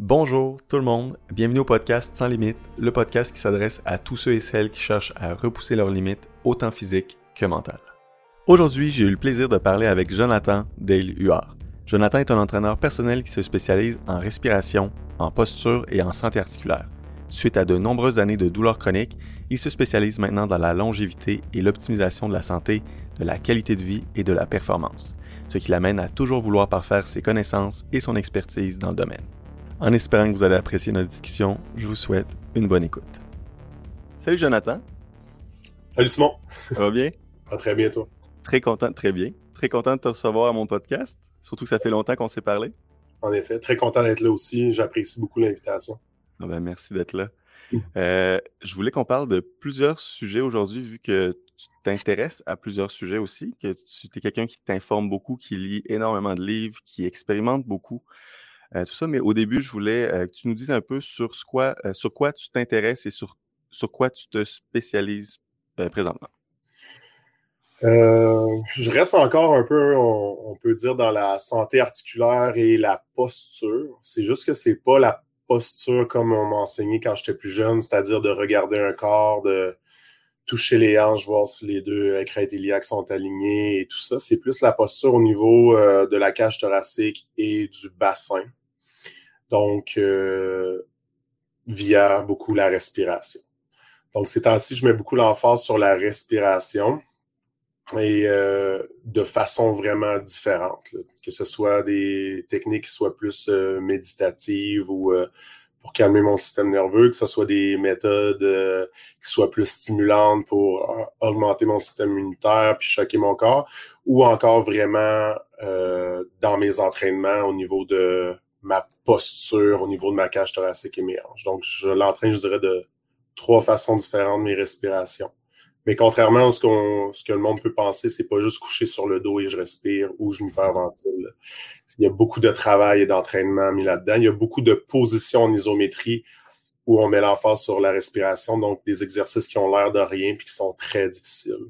Bonjour tout le monde, bienvenue au podcast Sans Limites, le podcast qui s'adresse à tous ceux et celles qui cherchent à repousser leurs limites, autant physiques que mentales. Aujourd'hui, j'ai eu le plaisir de parler avec Jonathan Dale Huard. Jonathan est un entraîneur personnel qui se spécialise en respiration, en posture et en santé articulaire. Suite à de nombreuses années de douleurs chroniques, il se spécialise maintenant dans la longévité et l'optimisation de la santé, de la qualité de vie et de la performance, ce qui l'amène à toujours vouloir parfaire ses connaissances et son expertise dans le domaine. En espérant que vous allez apprécier notre discussion, je vous souhaite une bonne écoute. Salut Jonathan. Salut Simon. Ça va bien? Ah, très bien, toi. Très bien. Très content de te recevoir à mon podcast. Surtout que ça fait longtemps qu'on s'est parlé. En effet, très content d'être là aussi. J'apprécie beaucoup l'invitation. Merci d'être là. Je voulais qu'on parle de plusieurs sujets aujourd'hui, vu que tu t'intéresses à plusieurs sujets aussi, que tu es quelqu'un qui t'informe beaucoup, qui lit énormément de livres, qui expérimente beaucoup. Tout ça, mais au début, je voulais que tu nous dises un peu sur quoi tu t'intéresses et sur quoi tu te spécialises présentement. Je reste encore un peu, on peut dire, dans la santé articulaire et la posture. C'est juste que c'est pas la posture comme on m'a enseigné quand j'étais plus jeune, c'est-à-dire de regarder un corps, de toucher les hanches, voir si les deux crêtes iliaques sont alignées et tout ça. C'est plus la posture au niveau de la cage thoracique et du bassin. Donc, via beaucoup la respiration. Donc, ces temps-ci, je mets beaucoup l'emphase sur la respiration et de façon vraiment différente. Là. Que ce soit des techniques qui soient plus méditatives ou pour calmer mon système nerveux, que ce soit des méthodes qui soient plus stimulantes pour augmenter mon système immunitaire puis choquer mon corps, ou encore vraiment dans mes entraînements au niveau de ma posture, au niveau de ma cage thoracique et mes hanches. Donc, je l'entraîne, je dirais, de 3 façons différentes, mes respirations. Mais contrairement à ce que le monde peut penser, c'est pas juste coucher sur le dos et je respire ou je m'hyperventile. Il y a beaucoup de travail et d'entraînement mis là-dedans. Il y a beaucoup de positions en isométrie où on met l'emphase sur la respiration, donc des exercices qui ont l'air de rien puis qui sont très difficiles.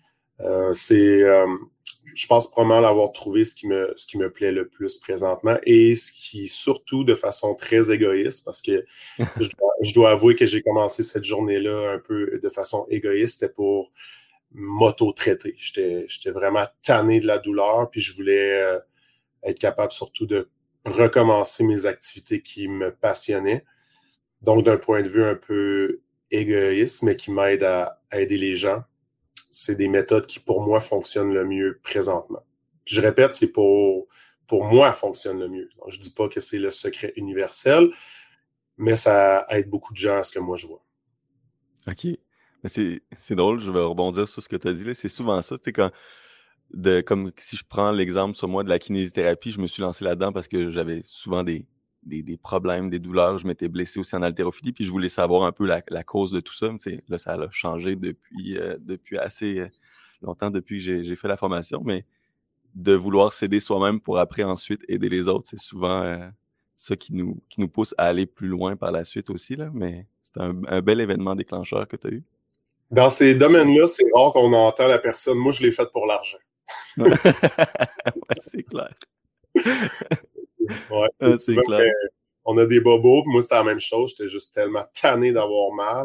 Je pense probablement l'avoir trouvé ce qui me plaît le plus présentement et ce qui, surtout de façon très égoïste, parce que je dois avouer que j'ai commencé cette journée-là un peu de façon égoïste, c'était pour m'auto-traiter. J'étais vraiment tanné de la douleur, puis je voulais être capable surtout de recommencer mes activités qui me passionnaient. Donc, d'un point de vue un peu égoïste, mais qui m'aide à aider les gens, c'est des méthodes qui, pour moi, fonctionnent le mieux présentement. Puis je répète, c'est pour moi, fonctionne le mieux. Donc, je dis pas que c'est le secret universel, mais ça aide beaucoup de gens à ce que moi, je vois. OK. Mais c'est drôle, je vais rebondir sur ce que tu as dit là. C'est souvent ça, tu sais, comme si je prends l'exemple sur moi de la kinésithérapie, je me suis lancé là-dedans parce que j'avais souvent des problèmes, des douleurs. Je m'étais blessé aussi en haltérophilie, puis je voulais savoir un peu la cause de tout ça. Mais, tu sais, là, ça a changé depuis assez longtemps, depuis que j'ai fait la formation. Mais de vouloir s'aider soi-même pour après ensuite aider les autres, c'est souvent ça qui nous pousse à aller plus loin par la suite aussi, là. Mais c'est un bel événement déclencheur que tu as eu. Dans ces domaines-là, c'est rare qu'on entend la personne. Moi, je l'ai fait pour l'argent. Ouais, c'est clair. Ouais, C'est souvent, clair. on a des bobos. Moi, c'était la même chose. J'étais juste tellement tanné d'avoir mal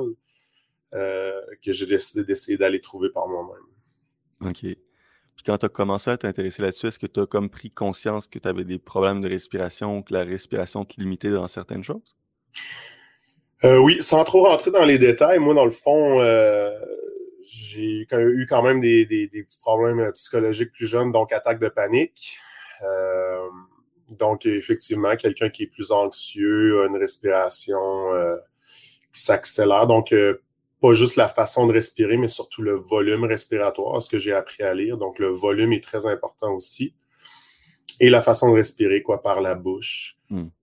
que j'ai décidé d'essayer d'aller trouver par moi-même. OK. Puis quand tu as commencé à t'intéresser là-dessus, est-ce que tu as comme pris conscience que tu avais des problèmes de respiration ou que la respiration te limitait dans certaines choses? Oui, sans trop rentrer dans les détails, moi, dans le fond, j'ai eu quand même des petits problèmes psychologiques plus jeunes, donc attaque de panique. Donc, effectivement, quelqu'un qui est plus anxieux a une respiration qui s'accélère. Donc, pas juste la façon de respirer, mais surtout le volume respiratoire, ce que j'ai appris à lire. Donc, le volume est très important aussi. Et la façon de respirer, quoi, par la bouche.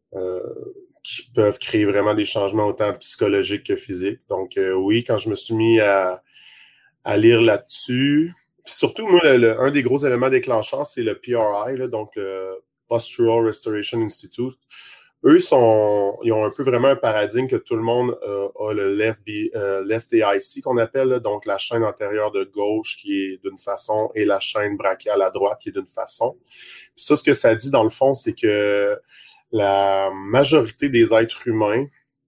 Qui peuvent créer vraiment des changements autant psychologiques que physiques. Donc, oui, quand je me suis mis à lire là-dessus, puis surtout, moi, un des gros éléments déclenchants, c'est le PRI, là, donc le Postural Restoration Institute. Eux, ils ont un peu vraiment un paradigme que tout le monde a le left AIC qu'on appelle, là, donc la chaîne antérieure de gauche qui est d'une façon et la chaîne brachiale à droite qui est d'une façon. Puis ça, ce que ça dit, dans le fond, c'est que la majorité des êtres humains,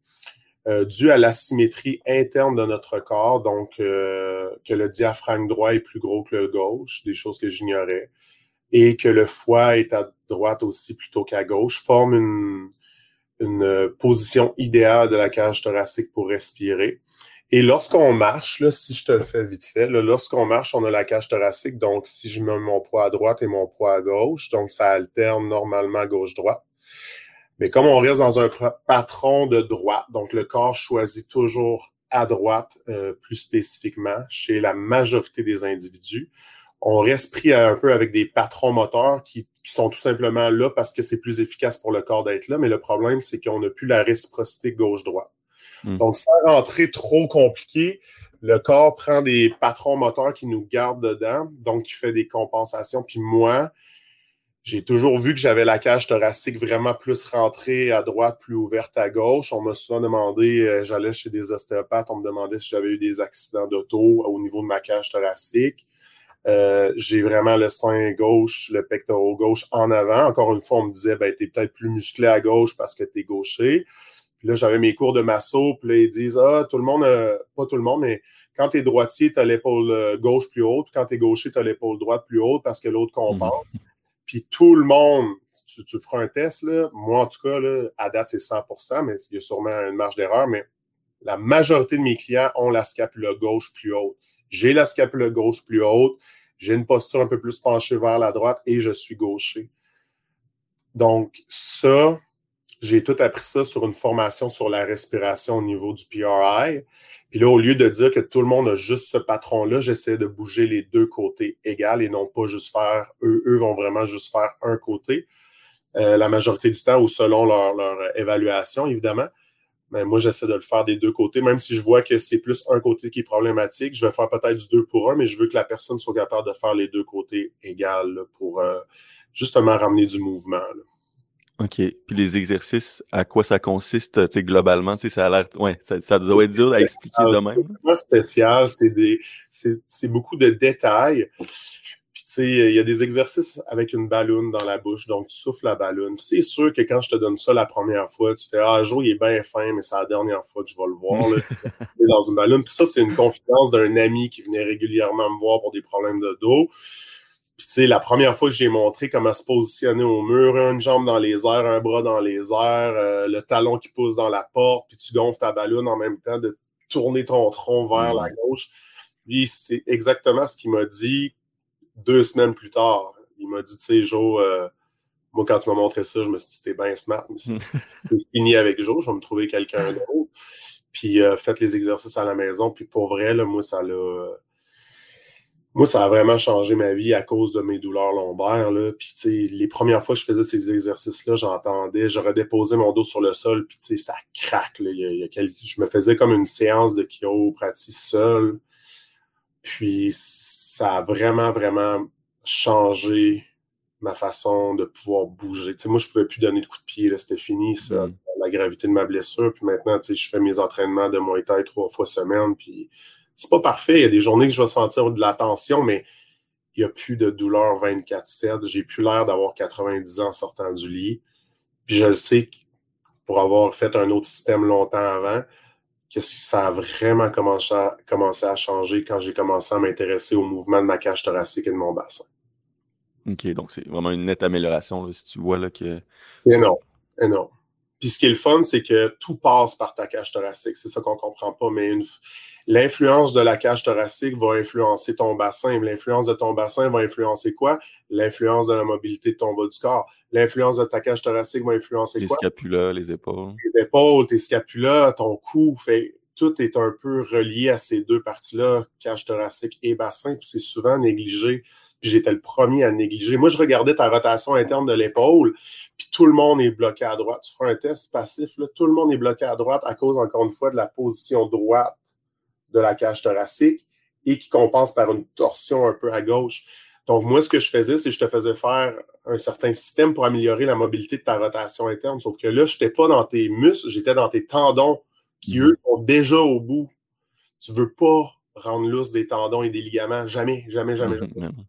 dû à l'asymétrie interne de notre corps, donc que le diaphragme droit est plus gros que le gauche, des choses que j'ignorais, et que le foie est à droite aussi plutôt qu'à gauche, forment une position idéale de la cage thoracique pour respirer. Et lorsqu'on marche, là, si je te le fais vite fait, là, lorsqu'on marche, on a la cage thoracique, donc si je mets mon poids à droite et mon poids à gauche, donc ça alterne normalement gauche-droite. Mais comme on reste dans un patron de droite, donc le corps choisit toujours à droite, plus spécifiquement, chez la majorité des individus, on reste pris un peu avec des patrons moteurs qui sont tout simplement là parce que c'est plus efficace pour le corps d'être là, mais le problème, c'est qu'on n'a plus la réciprocité gauche-droite. Donc, sans rentrer trop compliqué, le corps prend des patrons moteurs qui nous gardent dedans, donc qui fait des compensations. Puis moi, j'ai toujours vu que j'avais la cage thoracique vraiment plus rentrée à droite, plus ouverte à gauche. On m'a souvent demandé, j'allais chez des ostéopathes, on me demandait si j'avais eu des accidents d'auto au niveau de ma cage thoracique. J'ai vraiment le sein gauche, le pectoral gauche en avant. Encore une fois, on me disait, ben, t'es peut-être plus musclé à gauche parce que t'es gaucher. Puis là, j'avais mes cours de masso, puis là, ils disent, tout le monde, pas tout le monde, mais quand t'es droitier, t'as l'épaule gauche plus haute. Quand t'es gaucher, t'as l'épaule droite plus haute parce que l'autre compense. Puis tout le monde, tu feras un test, là. Moi, en tout cas, là, à date, c'est 100%, mais il y a sûrement une marge d'erreur, mais la majorité de mes clients ont la scapula gauche plus haute. J'ai la scapula gauche plus haute, j'ai une posture un peu plus penchée vers la droite et je suis gaucher. Donc, ça, j'ai tout appris ça sur une formation sur la respiration au niveau du PRI. Puis là, au lieu de dire que tout le monde a juste ce patron-là, j'essaie de bouger les deux côtés égales et non pas juste faire, eux vont vraiment juste faire un côté. La majorité du temps ou selon leur évaluation, évidemment. Mais moi, j'essaie de le faire des deux côtés. Même si je vois que c'est plus un côté qui est problématique, je vais faire peut-être du 2 pour 1, mais je veux que la personne soit capable de faire les deux côtés égales là, pour justement ramener du mouvement. Là. OK. Puis les exercices, à quoi ça consiste, tu sais, globalement, tu sais, ça a l'air, ouais, ça doit être dur à expliquer de même. C'est spécial, c'est beaucoup de détails. Puis tu sais, il y a des exercices avec une balloune dans la bouche, donc tu souffles la balloune. C'est sûr que quand je te donne ça la première fois, tu fais Joe, il est bien fin, mais c'est la dernière fois que je vais le voir là, dans une balloune. Puis ça, c'est une confidence d'un ami qui venait régulièrement me voir pour des problèmes de dos. Puis, tu sais, la première fois que j'ai montré comment se positionner au mur, une jambe dans les airs, un bras dans les airs, le talon qui pousse dans la porte, puis tu gonfles ta balloune en même temps, de tourner ton tronc vers la gauche. Lui, c'est exactement ce qu'il m'a dit 2 semaines plus tard. Il m'a dit, tu sais, Joe, moi, quand tu m'as montré ça, je me suis dit, t'es bien smart, mais c'est fini avec Joe, je vais me trouver quelqu'un d'autre. Puis, faites les exercices à la maison. Puis, pour vrai, là, moi, ça a vraiment changé ma vie à cause de mes douleurs lombaires. Là. Puis, tu sais, les premières fois que je faisais ces exercices-là, je redéposais mon dos sur le sol, puis, tu sais, ça craque. Là. Je me faisais comme une séance de chiropratie seule. Puis, ça a vraiment, vraiment changé ma façon de pouvoir bouger. Tu sais, moi, je pouvais plus donner de coups de pied. Là. C'était fini, ça, la gravité de ma blessure. Puis maintenant, tu sais, je fais mes entraînements de Muay Thai 3 fois semaine, puis c'est pas parfait. Il y a des journées que je vais sentir de la tension, mais il n'y a plus de douleur 24/7. J'ai plus l'air d'avoir 90 ans en sortant du lit. Puis je le sais, pour avoir fait un autre système longtemps avant, que ça a vraiment commencé à changer quand j'ai commencé à m'intéresser au mouvement de ma cage thoracique et de mon bassin. OK, donc c'est vraiment une nette amélioration, là, si tu vois là, que... Énorme, énorme. Puis ce qui est le fun, c'est que tout passe par ta cage thoracique. C'est ça qu'on comprend pas, mais l'influence de la cage thoracique va influencer ton bassin. L'influence de ton bassin va influencer quoi? L'influence de la mobilité de ton bas du corps. L'influence de ta cage thoracique va influencer quoi? Les scapulas, les épaules. Les épaules, tes scapulas, ton cou. Tout est un peu relié à ces deux parties-là, cage thoracique et bassin, puis c'est souvent négligé. Puis j'étais le premier à négliger. Moi, je regardais ta rotation interne de l'épaule, puis tout le monde est bloqué à droite. Tu feras un test passif, là, tout le monde est bloqué à droite à cause, encore une fois, de la position droite de la cage thoracique et qui compense par une torsion un peu à gauche. Donc, moi, ce que je faisais, c'est que je te faisais faire un certain système pour améliorer la mobilité de ta rotation interne. Sauf que là, je n'étais pas dans tes muscles, j'étais dans tes tendons qui, eux, sont déjà au bout. Tu ne veux pas rendre lousse des tendons et des ligaments. Jamais, jamais, jamais, jamais.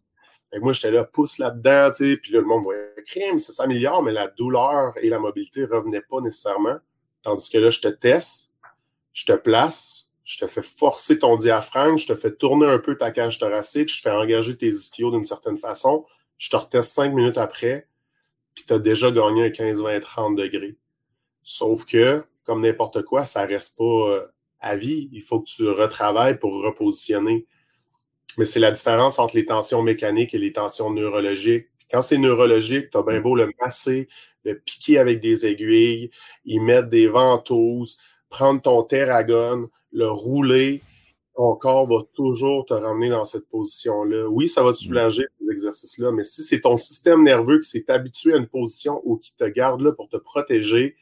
Fait que moi, j'étais là, pousse là-dedans, tu sais, puis là, le monde voyait, crème, ça s'améliore, mais la douleur et la mobilité ne revenaient pas nécessairement. Tandis que là, je te teste, je te place, je te fais forcer ton diaphragme, je te fais tourner un peu ta cage thoracique, je te fais engager tes ischios d'une certaine façon, je te reteste 5 minutes après, puis tu as déjà gagné un 15, 20, 30 degrés. Sauf que, comme n'importe quoi, ça reste pas à vie. Il faut que tu retravailles pour repositionner. Mais c'est la différence entre les tensions mécaniques et les tensions neurologiques. Quand c'est neurologique, t'as bien beau le masser, le piquer avec des aiguilles, y mettre des ventouses, prendre ton Theragun, le rouler, ton corps va toujours te ramener dans cette position-là. Oui, ça va te soulager, ces exercices-là, mais si c'est ton système nerveux qui s'est habitué à une position ou qui te garde là pour te protéger,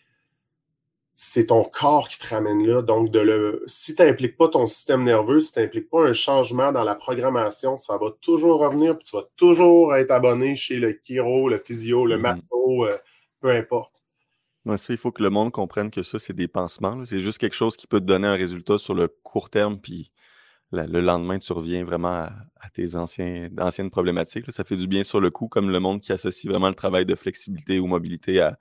c'est ton corps qui te ramène là. Donc, si tu n'impliques pas ton système nerveux, si tu n'impliques pas un changement dans la programmation, ça va toujours revenir, puis tu vas toujours être abonné chez le chiro, le physio, le mato, peu importe. Ouais, ça, il faut que le monde comprenne que ça, c'est des pansements, là. C'est juste quelque chose qui peut te donner un résultat sur le court terme, puis le lendemain, tu reviens vraiment à tes anciennes problématiques, là. Ça fait du bien sur le coup, comme le monde qui associe vraiment le travail de flexibilité ou mobilité à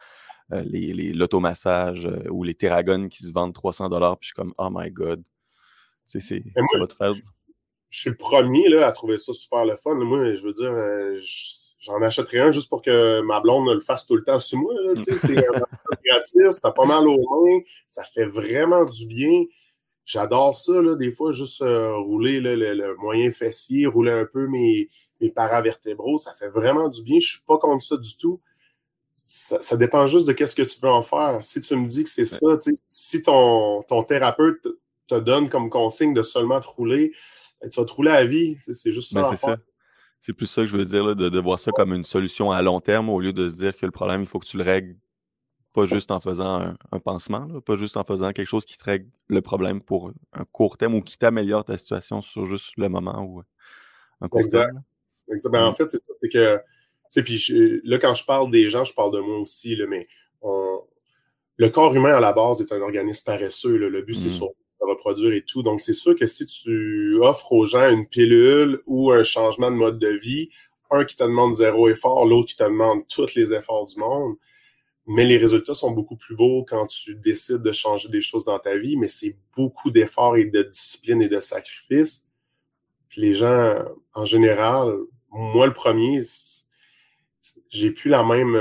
l'automassage ou les Theragun qui se vendent 300$, puis je suis comme, oh my God. Ça va te faire... Je suis le premier là, à trouver ça super le fun. Moi, je veux dire, j'en achèterais un juste pour que ma blonde le fasse tout le temps sur moi. Là, c'est gratis, t'as pas mal aux mains, ça fait vraiment du bien. J'adore ça, là, des fois, juste rouler là, le moyen fessier, rouler un peu mes paravertébraux, ça fait vraiment du bien. Je suis pas contre ça du tout. Ça dépend juste de qu'est-ce que tu veux en faire. Si tu me dis que c'est ça, si ton thérapeute te donne comme consigne de seulement te rouler, tu vas te rouler à vie. C'est juste ça l'affaire. Ça. C'est plus ça que je veux dire, là, de voir ça comme une solution à long terme au lieu de se dire que le problème, il faut que tu le règles pas juste en faisant un pansement, là, pas juste en faisant quelque chose qui te règle le problème pour un court terme ou qui t'améliore ta situation sur juste le moment ou un court terme. Exact. Ben, en fait, c'est que, tu sais, puis là, quand je parle des gens, je parle de moi aussi, là, mais le corps humain, à la base, est un organisme paresseux. Là. Le but, c'est sur se reproduire et tout. Donc, c'est sûr que si tu offres aux gens une pilule ou un changement de mode de vie, un qui te demande 0 effort, l'autre qui te demande tous les efforts du monde, mais les résultats sont beaucoup plus beaux quand tu décides de changer des choses dans ta vie, mais c'est beaucoup d'efforts et de discipline et de sacrifices. Puis les gens, en général, moi le premier, j'ai plus la même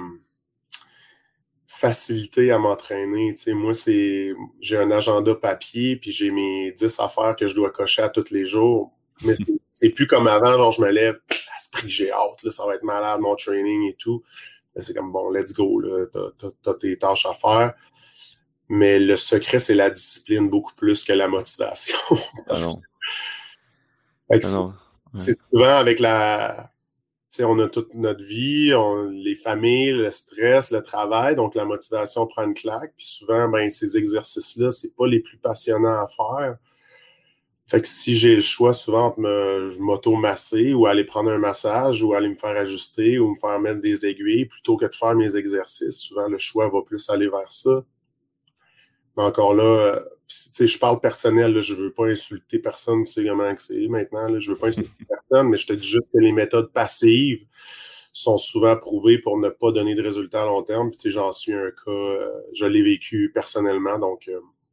facilité à m'entraîner. Tu sais, moi, j'ai un agenda papier, puis j'ai mes 10 affaires que je dois cocher à tous les jours. Mais c'est plus comme avant, genre je me lève, à ce prix que j'ai hâte, là, ça va être malade, mon training et tout. Là, c'est comme, bon, let's go, là, t'as tes tâches à faire. Mais le secret, c'est la discipline beaucoup plus que la motivation. C'est souvent avec on a toute notre vie, les familles, le stress, le travail, donc la motivation prend une claque. Puis souvent, ben ces exercices-là, c'est pas les plus passionnants à faire. Fait que si j'ai le choix, souvent, entre m'auto-masser ou aller prendre un massage ou aller me faire ajuster ou me faire mettre des aiguilles plutôt que de faire mes exercices, souvent le choix va plus aller vers ça. Mais encore là, je parle personnel, là, je veux pas insulter personne, tu sais comment c'est maintenant, là, je veux pas insulter personne, mais je te dis juste que les méthodes passives sont souvent prouvées pour ne pas donner de résultats à long terme. Puis j'en suis un cas, je l'ai vécu personnellement, donc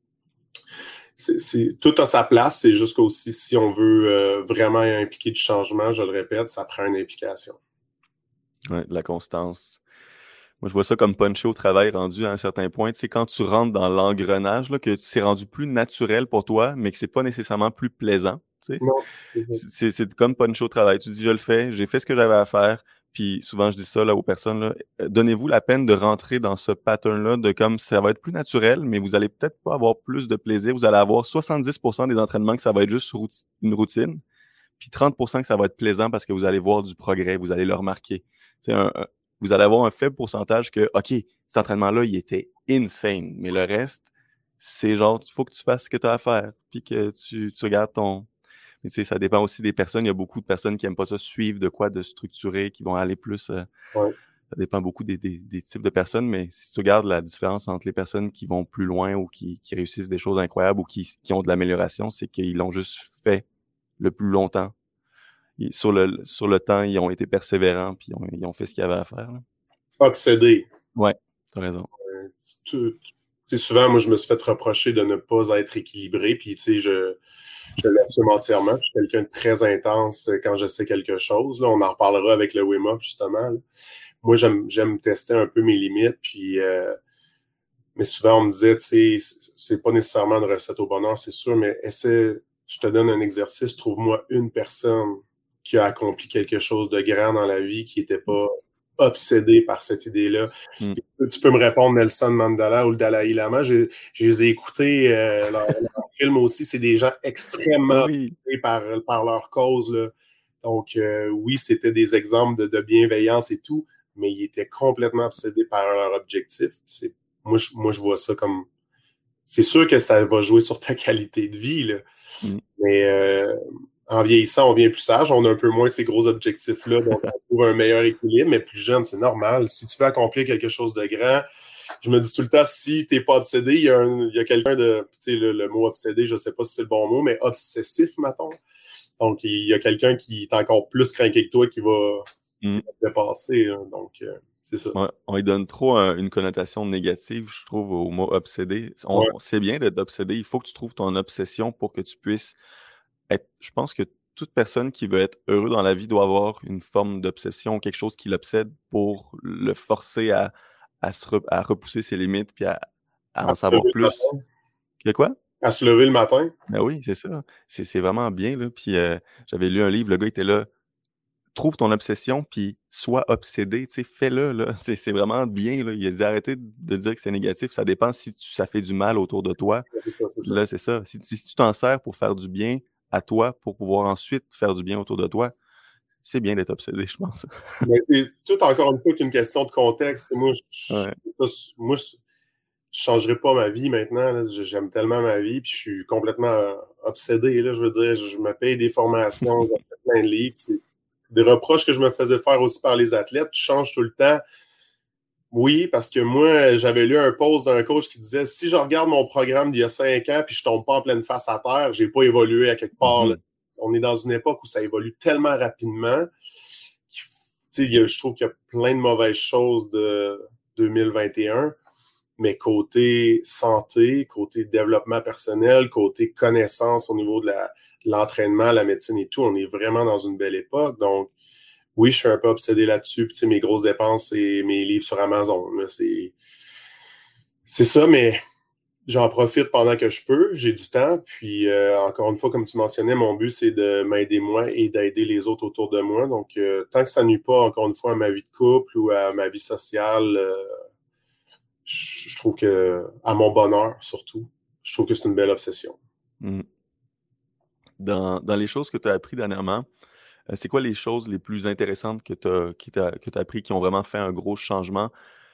tout à sa place. C'est juste qu'aussi, si on veut vraiment impliquer du changement, je le répète, ça prend une implication. Oui, de la constance. Moi, je vois ça comme puncher au travail rendu à un certain point. Tu sais, quand tu rentres dans l'engrenage, là, que c'est rendu plus naturel pour toi, mais que c'est pas nécessairement plus plaisant. Tu sais. Non, c'est comme puncher au travail. Tu dis, je le fais, j'ai fait ce que j'avais à faire. Puis souvent, je dis ça là, aux personnes, là, donnez-vous la peine de rentrer dans ce pattern-là de comme ça va être plus naturel, mais vous allez peut-être pas avoir plus de plaisir. Vous allez avoir 70% des entraînements que ça va être juste une routine, puis 30% que ça va être plaisant parce que vous allez voir du progrès, vous allez le remarquer. Tu sais, vous allez avoir un faible pourcentage que, OK, cet entraînement-là, il était insane, mais le reste, c'est genre, il faut que tu fasses ce que tu as à faire, puis que tu regardes ton... Mais tu sais, ça dépend aussi des personnes. Il y a beaucoup de personnes qui aiment pas ça, suivre de quoi de structuré, qui vont aller plus... Ouais. Ça dépend beaucoup des types de personnes, mais si tu regardes la différence entre les personnes qui vont plus loin ou qui réussissent des choses incroyables ou qui ont de l'amélioration, c'est qu'ils l'ont juste fait le plus longtemps. sur le temps, ils ont été persévérants, puis ils ont fait ce qu'il y avait à faire. Là. Obsédé. Ouais, t'as raison. Souvent, moi, je me suis fait reprocher de ne pas être équilibré, puis je l'assume entièrement. Je suis quelqu'un de très intense quand je sais quelque chose. Là, on en reparlera avec le Wim Hof, justement. Là. Moi, j'aime tester un peu mes limites, puis mais souvent, on me disait, tu sais, c'est pas nécessairement une recette au bonheur, c'est sûr, mais je te donne un exercice, trouve-moi une personne qui a accompli quelque chose de grand dans la vie, qui n'était pas obsédé par cette idée-là. Mm. Tu peux me répondre Nelson Mandela ou le Dalai Lama. Je les ai écoutés, leur film aussi. C'est des gens extrêmement Oui. obsédés par leur cause. Là. Donc, oui, c'était des exemples de bienveillance et tout, mais ils étaient complètement obsédés par leur objectif. Moi, je vois ça comme... C'est sûr que ça va jouer sur ta qualité de vie, là. Mm. Mais en vieillissant, on devient plus sage. On a un peu moins de ces gros objectifs-là, donc on trouve un meilleur équilibre. Mais plus jeune, c'est normal. Si tu veux accomplir quelque chose de grand, je me dis tout le temps, si tu n'es pas obsédé, il y a quelqu'un de... Tu sais, le mot obsédé, je ne sais pas si c'est le bon mot, mais obsessif, mettons. Donc, il y a quelqu'un qui est encore plus craqué que toi qui va te dépasser. Hein. Donc... c'est ça. Ouais, on lui donne trop une connotation négative, je trouve, au mot obsédé. C'est bien d'être obsédé. Il faut que tu trouves ton obsession pour que tu puisses être. Je pense que toute personne qui veut être heureux dans la vie doit avoir une forme d'obsession, quelque chose qui l'obsède pour le forcer à repousser ses limites puis à en se lever savoir le plus. matin. Que quoi? À se lever le matin. Ben oui, c'est ça. C'est vraiment bien, là. Puis j'avais lu un livre, le gars était là. Trouve ton obsession, puis sois obsédé, tu sais, fais-le, là. C'est vraiment bien, là. Il a dit, arrêtez de dire que c'est négatif, ça dépend si ça fait du mal autour de toi. C'est ça, c'est ça. Là, c'est ça. Si tu t'en sers pour faire du bien à toi, pour pouvoir ensuite faire du bien autour de toi, c'est bien d'être obsédé, je pense. Mais c'est tout, encore une fois, qu'une question de contexte. Moi, Ouais. je changerai pas ma vie maintenant. Là. J'aime tellement ma vie, puis je suis complètement obsédé. Là, je veux dire, je me paye des formations, j'ai fait plein de livres. C'est des reproches que je me faisais faire aussi par les athlètes. Tu changes tout le temps. Oui, parce que moi, j'avais lu un post d'un coach qui disait si je regarde mon programme d'il y a 5 ans puis je tombe pas en pleine face à terre, j'ai pas évolué à quelque part. Là. On est dans une époque où ça évolue tellement rapidement. Je trouve qu'il y a plein de mauvaises choses de 2021, mais côté santé, côté développement personnel, côté connaissance au niveau de l'entraînement, la médecine et tout, on est vraiment dans une belle époque. Donc, oui, je suis un peu obsédé là-dessus. Puis, mes grosses dépenses, c'est mes livres sur Amazon. Là, c'est ça, mais j'en profite pendant que je peux. J'ai du temps. Puis, encore une fois, comme tu mentionnais, mon but, c'est de m'aider moi et d'aider les autres autour de moi. Donc, tant que ça nuit pas, encore une fois, à ma vie de couple ou à ma vie sociale, je trouve que, à mon bonheur surtout, je trouve que c'est une belle obsession. Mm. Dans les choses que tu as appris dernièrement, c'est quoi les choses les plus intéressantes que tu as appris qui ont vraiment fait un gros changement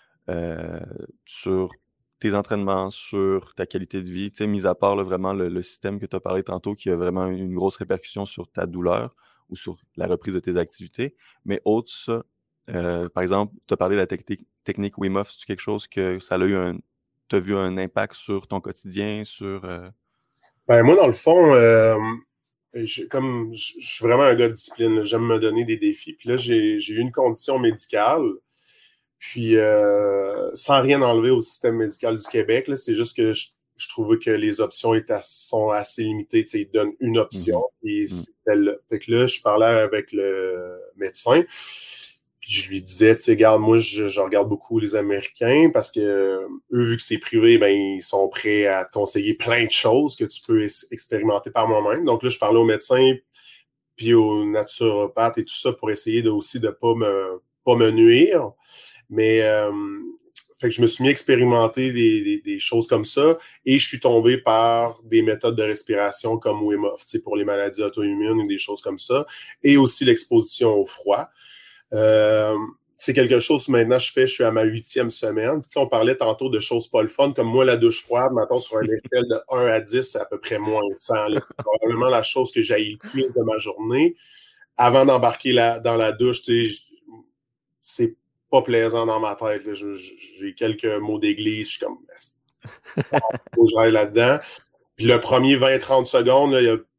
sur tes entraînements, sur ta qualité de vie, tu sais, mis à part là, vraiment le système que tu as parlé tantôt qui a vraiment une grosse répercussion sur ta douleur ou sur la reprise de tes activités. Mais autre ça, par exemple, tu as parlé de la technique Wim Hof, c'est quelque chose que ça a eu tu as vu un impact sur ton quotidien, sur... Ben, moi, dans le fond, comme je suis vraiment un gars de discipline, là. J'aime me donner des défis. Puis là, j'ai eu une condition médicale. Puis, sans rien enlever au système médical du Québec, là, c'est juste que je trouvais que les options sont assez limitées. Tu sais, ils donnent une option, et c'est celle-là. Fait que là, je parlais avec le médecin, puis je lui disais, tu sais, regarde, moi, je regarde beaucoup les Américains parce que eux, vu que c'est privé, ben ils sont prêts à te conseiller plein de choses que tu peux expérimenter par moi-même. Donc là, je parlais au médecin puis au naturopathe et tout ça pour essayer aussi de pas me nuire. Mais fait que je me suis mis à expérimenter des choses comme ça et je suis tombé par des méthodes de respiration comme Wim Hof, tu sais, pour les maladies auto-immunes ou des choses comme ça, et aussi l'exposition au froid. C'est quelque chose que maintenant je suis à ma 8e semaine. Puis, on parlait tantôt de choses pas le fun, comme moi, la douche froide, maintenant sur une échelle de 1 à 10, c'est à peu près moins 100. Là. C'est probablement la chose que j'haïs le plus de ma journée. Avant d'embarquer dans la douche, tu sais, c'est pas plaisant dans ma tête. Là. J'ai quelques mots d'église, je suis comme, faut que j'aille là-dedans. Puis le premier 20-30 secondes, là, il y a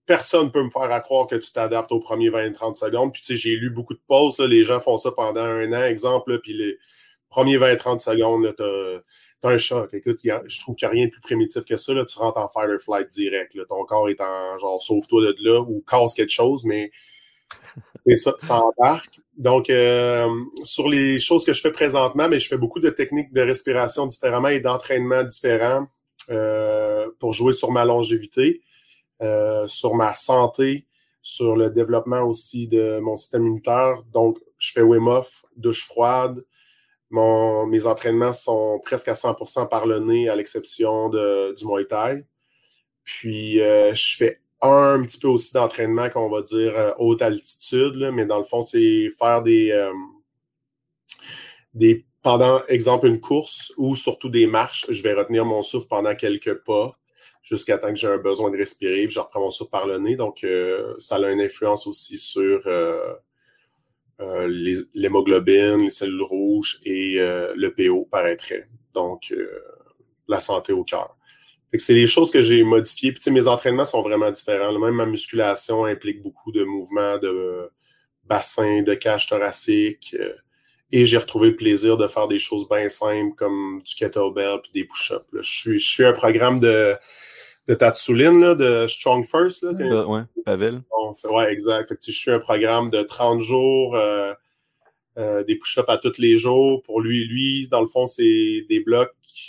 personne ne peut me faire croire que tu t'adaptes aux premiers 20-30 secondes. Puis, tu sais, j'ai lu beaucoup de pauses. Là, les gens font ça pendant un an, exemple. Là, puis, les premiers 20-30 secondes, t'as un choc. Écoute, je trouve qu'il n'y a rien de plus primitif que ça. Là, tu rentres en fight or flight direct. Là. Ton corps est en genre, sauve-toi de là ou casse quelque chose, mais c'est ça embarque. Donc, sur les choses que je fais présentement, mais je fais beaucoup de techniques de respiration différemment et d'entraînement différents pour jouer sur ma longévité. Sur ma santé, sur le développement aussi de mon système immunitaire. Donc, je fais Wim Hof, douche froide. Mes entraînements sont presque à 100% par le nez, à l'exception du Muay Thai. Puis, je fais un petit peu aussi d'entraînement qu'on va dire haute altitude, là, mais dans le fond, c'est faire pendant, exemple, une course ou surtout des marches. Je vais retenir mon souffle pendant quelques pas jusqu'à temps que j'ai un besoin de respirer, puis je reprends mon souffle par le nez. Donc, ça a une influence aussi sur l'hémoglobine, les cellules rouges et le pH paraîtrait. Donc, la santé au cœur. Fait que c'est les choses que j'ai modifiées. Puis, mes entraînements sont vraiment différents. Là, même ma musculation implique beaucoup de mouvements de bassin, de cage thoracique. Et j'ai retrouvé le plaisir de faire des choses bien simples comme du kettlebell puis des push-ups. Là. Je suis un programme de Tatsuline, là, de Strong First. Là, ouais, Pavel. Ouais, exact. Fait que, je suis un programme de 30 jours, des push-ups à tous les jours. Pour lui, dans le fond, c'est des blocs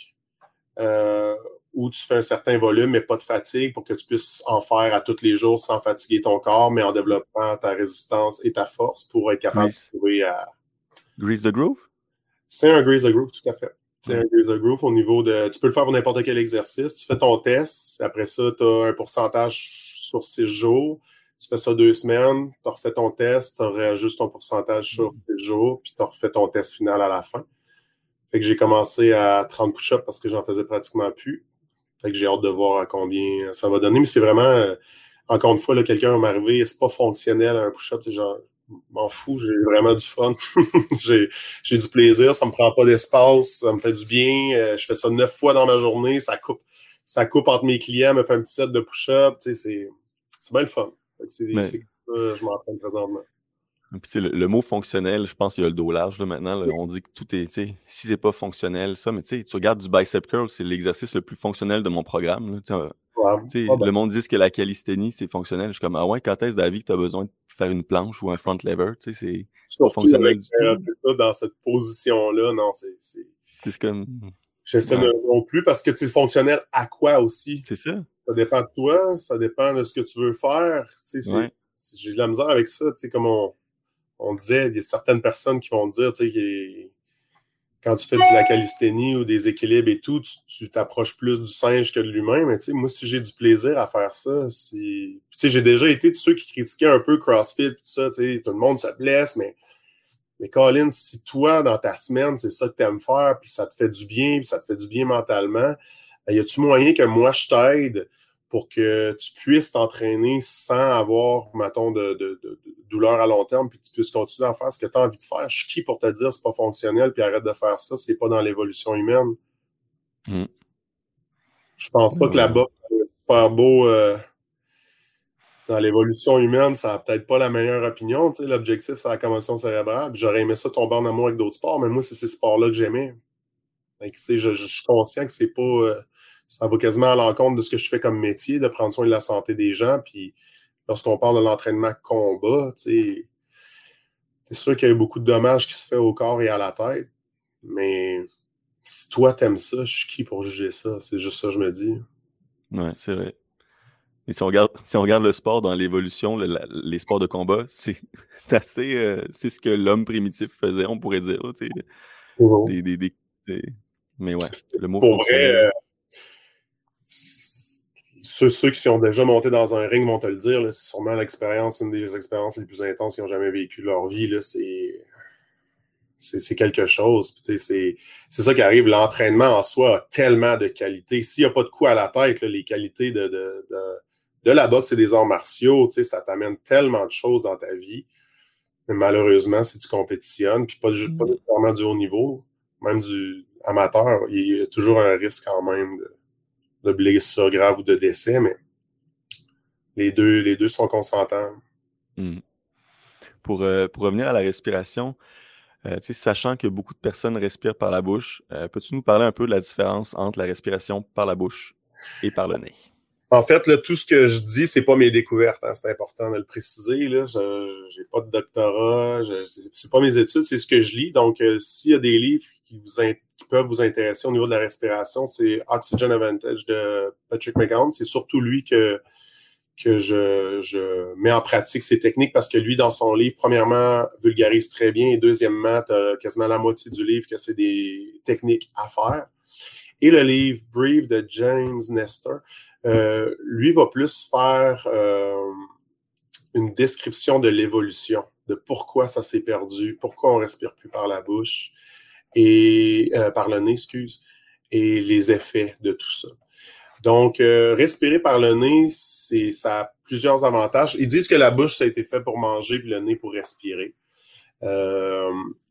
où tu fais un certain volume, mais pas de fatigue pour que tu puisses en faire à tous les jours sans fatiguer ton corps, mais en développant ta résistance et ta force pour être capable de trouver à... Grease the Groove? C'est un Grease the Groove, tout à fait. C'est un Grease the Groove au niveau de... Tu peux le faire pour n'importe quel exercice. Tu fais ton test. Après ça, tu as un pourcentage sur 6 jours. Tu fais ça 2 semaines. Tu refais ton test. Tu réajustes ton pourcentage sur 6 jours. Puis tu refais ton test final à la fin. Fait que j'ai commencé à 30 push-ups parce que j'en faisais pratiquement plus. Fait que j'ai hâte de voir à combien ça va donner. Mais c'est vraiment... encore une fois, là, quelqu'un va m'arriver, c'est pas fonctionnel un push-up. C'est genre... m'en fous, j'ai vraiment du fun. j'ai du plaisir, ça me prend pas d'espace, ça me fait du bien. Je fais ça 9 fois dans ma journée, ça coupe entre mes clients, me fait un petit set de push-up, tu sais, c'est bien le fun. C'est ça que je m'entraîne présentement. Puis le mot fonctionnel, je pense qu'il y a le dos large là, maintenant. Là, on dit que tout est, tu sais, si c'est pas fonctionnel, ça, mais tu sais, tu regardes du bicep curl, c'est l'exercice le plus fonctionnel de mon programme. Là, le monde dit que la calisthénie, c'est fonctionnel. Je suis comme, ah ouais, quand est-ce, David, que tu as besoin de faire une planche ou un front lever? Tu sais, c'est surtout pas fonctionnel avec, du tout. c'est ça, dans cette position-là, non, c'est comme... J'essaie non plus parce que c'est fonctionnel à quoi aussi? C'est ça. Ça dépend de toi, ça dépend de ce que tu veux faire. Tu sais, j'ai de la misère avec ça, tu sais, comme on disait, il y a certaines personnes qui vont dire, tu sais, quand tu fais de la calisthénie ou des équilibres et tout, tu t'approches plus du singe que de l'humain. Mais tu sais, moi, si j'ai du plaisir à faire ça, tu sais, j'ai déjà été de ceux qui critiquaient un peu CrossFit, tout ça, tu sais, tout le monde se blesse, mais Colin, si toi, dans ta semaine, c'est ça que tu aimes faire, puis ça te fait du bien, puis ça te fait du bien mentalement, y a-tu moyen que moi, je t'aide pour que tu puisses t'entraîner sans avoir, mettons, de douleur à long terme, puis que tu puisses continuer à faire ce que tu as envie de faire? Je suis qui pour te dire c'est pas fonctionnel, puis arrête de faire ça, c'est pas dans l'évolution humaine. Je pense pas que la boxe est super beau dans l'évolution humaine, ça n'a peut-être pas la meilleure opinion. Tu sais, l'objectif, c'est la commotion cérébrale. Puis j'aurais aimé ça tomber en amour avec d'autres sports, mais moi, c'est ces sports-là que j'aimais. Donc, tu sais, je suis conscient que c'est pas... ça va quasiment à l'encontre de ce que je fais comme métier, de prendre soin de la santé des gens. Puis lorsqu'on parle de l'entraînement combat, tu sais, c'est sûr qu'il y a beaucoup de dommages qui se fait au corps et à la tête. Mais si toi, t'aimes ça, je suis qui pour juger ça? C'est juste ça que je me dis. Ouais, c'est vrai. Et si on regarde le sport dans l'évolution, les sports de combat, c'est assez... c'est ce que l'homme primitif faisait, on pourrait dire. Là, mais ouais, le mot pour fonctionnel. Vrai, ceux qui sont déjà montés dans un ring vont te le dire. Là, c'est sûrement une des expériences les plus intenses qu'ils ont jamais vécues de leur vie. Là, c'est quelque chose. Puis, c'est ça qui arrive. L'entraînement en soi a tellement de qualités. S'il n'y a pas de coup à la tête, là, les qualités de la boxe et des arts martiaux, ça t'amène tellement de choses dans ta vie. Mais malheureusement, si tu compétitionnes, puis pas nécessairement du haut niveau, même du amateur, il y a toujours un risque quand même de blessure grave ou de décès, mais Les deux sont consentants. Hmm. Pour revenir à la respiration, tu sais, sachant que beaucoup de personnes respirent par la bouche, peux-tu nous parler un peu de la différence entre la respiration par la bouche et par le nez? En fait, là, tout ce que je dis, c'est pas mes découvertes, hein, c'est important de le préciser. Là. J'ai pas de doctorat, c'est pas mes études, c'est ce que je lis. Donc, s'il y a des livres qui peuvent vous intéresser au niveau de la respiration, c'est Oxygen Advantage de Patrick McGowan. C'est surtout lui que je mets en pratique ces techniques parce que lui, dans son livre, premièrement, vulgarise très bien et deuxièmement, tu as quasiment la moitié du livre que c'est des techniques à faire. Et le livre Breathe de James Nestor, lui va plus faire une description de l'évolution, de pourquoi ça s'est perdu, pourquoi on respire plus par la bouche et par le nez, excuse, et les effets de tout ça. Donc, respirer par le nez, ça a plusieurs avantages. Ils disent que la bouche, ça a été fait pour manger, puis le nez pour respirer. Euh,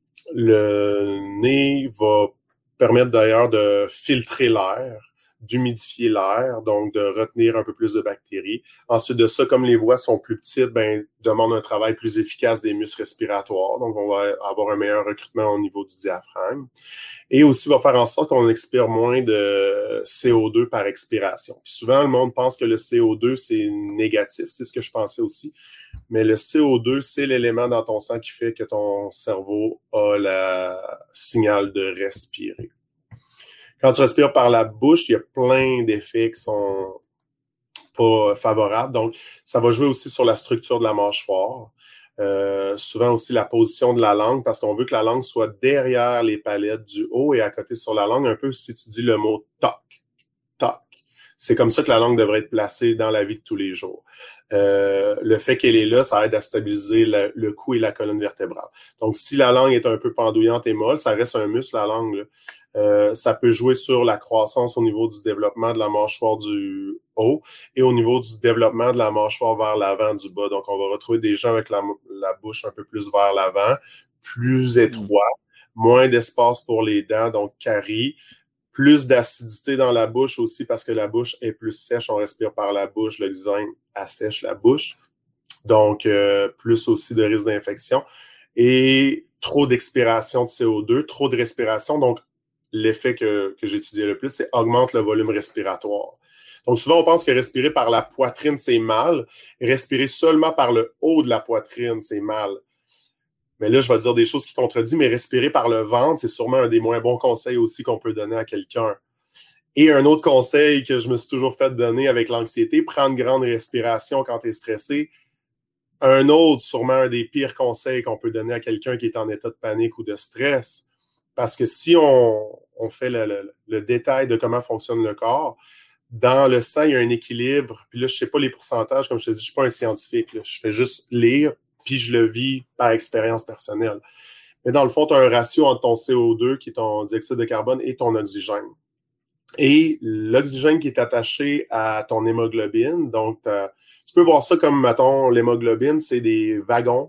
le nez va permettre d'ailleurs de filtrer l'air, d'humidifier l'air, donc de retenir un peu plus de bactéries. Ensuite de ça, comme les voies sont plus petites, demande un travail plus efficace des muscles respiratoires. Donc, on va avoir un meilleur recrutement au niveau du diaphragme. Et aussi va faire en sorte qu'on expire moins de CO2 par expiration. Puis souvent, le monde pense que le CO2, c'est négatif. C'est ce que je pensais aussi. Mais le CO2, c'est l'élément dans ton sang qui fait que ton cerveau a le signal de respirer. Quand tu respires par la bouche, il y a plein d'effets qui sont pas favorables. Donc, ça va jouer aussi sur la structure de la mâchoire. Souvent aussi la position de la langue, parce qu'on veut que la langue soit derrière les palettes du haut et à côté sur la langue, un peu si tu dis le mot « toc ». Toc. C'est comme ça que la langue devrait être placée dans la vie de tous les jours. Le fait qu'elle est là, ça aide à stabiliser le cou et la colonne vertébrale. Donc, si la langue est un peu pendouillante et molle, ça reste un muscle, la langue, là. Ça peut jouer sur la croissance au niveau du développement de la mâchoire du haut et au niveau du développement de la mâchoire vers l'avant du bas. Donc, on va retrouver des gens avec la bouche un peu plus vers l'avant, plus étroit, moins d'espace pour les dents, donc caries, plus d'acidité dans la bouche aussi parce que la bouche est plus sèche. On respire par la bouche, l'oxygène assèche la bouche. Donc, plus aussi de risque d'infection. Et trop d'expiration de CO2, trop de respiration. Donc, l'effet que j'étudiais le plus, c'est augmente le volume respiratoire. Donc, souvent, on pense que respirer par la poitrine, c'est mal. Respirer seulement par le haut de la poitrine, c'est mal. Mais là, je vais dire des choses qui contredisent, mais respirer par le ventre, c'est sûrement un des moins bons conseils aussi qu'on peut donner à quelqu'un. Et un autre conseil que je me suis toujours fait donner avec l'anxiété, prendre grande respiration quand tu es stressé. Un autre, sûrement un des pires conseils qu'on peut donner à quelqu'un qui est en état de panique ou de stress. Parce que si on fait le détail de comment fonctionne le corps, dans le sang, il y a un équilibre. Puis là, je ne sais pas les pourcentages, comme je te dis, je ne suis pas un scientifique. Là. Je fais juste lire, puis je le vis par expérience personnelle. Mais dans le fond, tu as un ratio entre ton CO2, qui est ton dioxyde de carbone, et ton oxygène. Et l'oxygène qui est attaché à ton hémoglobine, donc tu peux voir ça comme, mettons, l'hémoglobine, c'est des wagons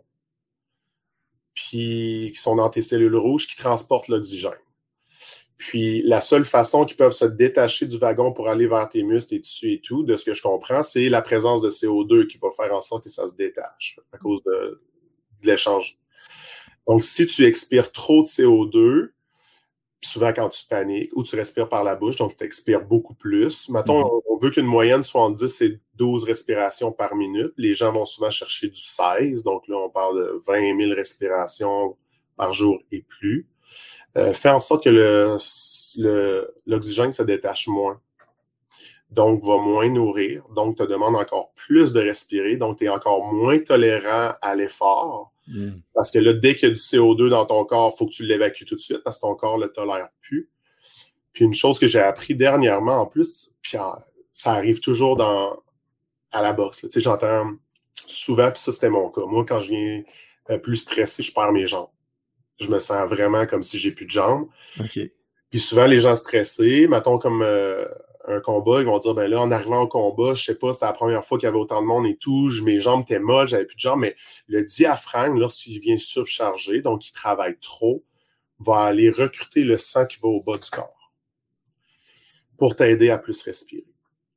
puis qui sont dans tes cellules rouges qui transportent l'oxygène. Puis la seule façon qu'ils peuvent se détacher du wagon pour aller vers tes muscles, tes tissus et tout, de ce que je comprends, c'est la présence de CO2 qui va faire en sorte que ça se détache à cause de l'échange. Donc, si tu expires trop de CO2, souvent quand tu paniques, ou tu respires par la bouche, donc tu expires beaucoup plus. Mettons, on veut qu'une moyenne soit entre 10 et 12 respirations par minute. Les gens vont souvent chercher du 16, donc là, on parle de 20 000 respirations par jour et plus. Fait en sorte que l'oxygène se détache moins. Donc, va moins nourrir. Donc, te demande encore plus de respirer. Donc, tu es encore moins tolérant à l'effort. Parce que là, dès qu'il y a du CO2 dans ton corps, il faut que tu l'évacues tout de suite parce que ton corps ne le tolère plus. Puis une chose que j'ai appris dernièrement, en plus, puis ça arrive toujours à la boxe. Tu sais, j'entends souvent, puis ça, c'était mon cas. Moi, quand je viens plus stressé, je perds mes jambes. Je me sens vraiment comme si j'ai plus de jambes. OK. Puis souvent, les gens stressés, mettons comme un combat, ils vont dire, ben là, en arrivant au combat, je sais pas, c'était la première fois qu'il y avait autant de monde et tout, mes jambes étaient molles, j'avais plus de jambes, mais le diaphragme, lorsqu'il vient surcharger, donc il travaille trop, va aller recruter le sang qui va au bas du corps pour t'aider à plus respirer.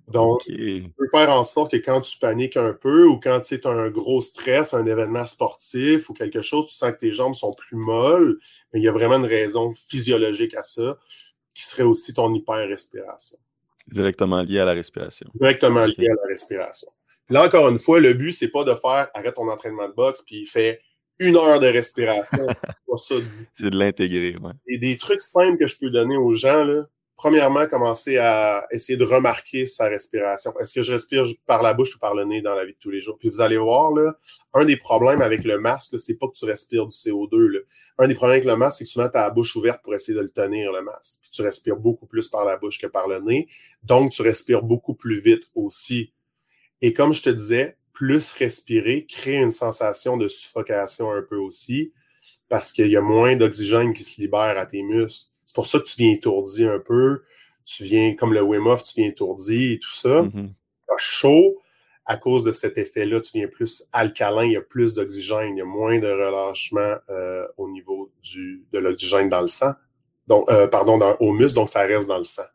Donc, OK. tu peux faire en sorte que quand tu paniques un peu ou quand tu as un gros stress, un événement sportif ou quelque chose, tu sens que tes jambes sont plus molles, mais il y a vraiment une raison physiologique à ça, qui serait aussi ton hyper-respiration. Directement lié à la respiration. Directement lié OK. à la respiration. Puis là, encore une fois, le but, c'est pas de faire arrête ton entraînement de boxe puis fais 1 heure de respiration. C'est pas ça du tout. C'est de l'intégrer, ouais. Et des trucs simples que je peux donner aux gens, là. Premièrement, commencer à essayer de remarquer sa respiration. Est-ce que je respire par la bouche ou par le nez dans la vie de tous les jours? Puis vous allez voir, là, un des problèmes avec le masque, là, c'est pas que tu respires du CO2. Là. Un des problèmes avec le masque, c'est que tu mets ta bouche ouverte pour essayer de le tenir, le masque. Puis tu respires beaucoup plus par la bouche que par le nez. Donc, tu respires beaucoup plus vite aussi. Et comme je te disais, plus respirer crée une sensation de suffocation un peu aussi, parce qu'il y a moins d'oxygène qui se libère à tes muscles. C'est pour ça que tu viens étourdi un peu. Tu viens, comme le Wim Hof, tu viens étourdi et tout ça. Mm-hmm. Chaud, à cause de cet effet-là, tu viens plus alcalin, il y a plus d'oxygène, il y a moins de relâchement au niveau de l'oxygène dans le sang. Donc, au muscle, donc ça reste dans le sang.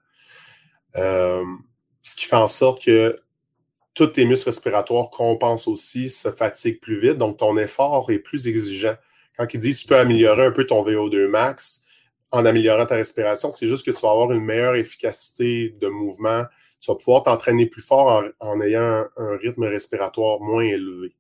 Ce qui fait en sorte que tous tes muscles respiratoires compensent aussi, se fatiguent plus vite, donc ton effort est plus exigeant. Quand il dit que tu peux améliorer un peu ton VO2 max en améliorant ta respiration, c'est juste que tu vas avoir une meilleure efficacité de mouvement. Tu vas pouvoir t'entraîner plus fort en ayant un rythme respiratoire moins élevé.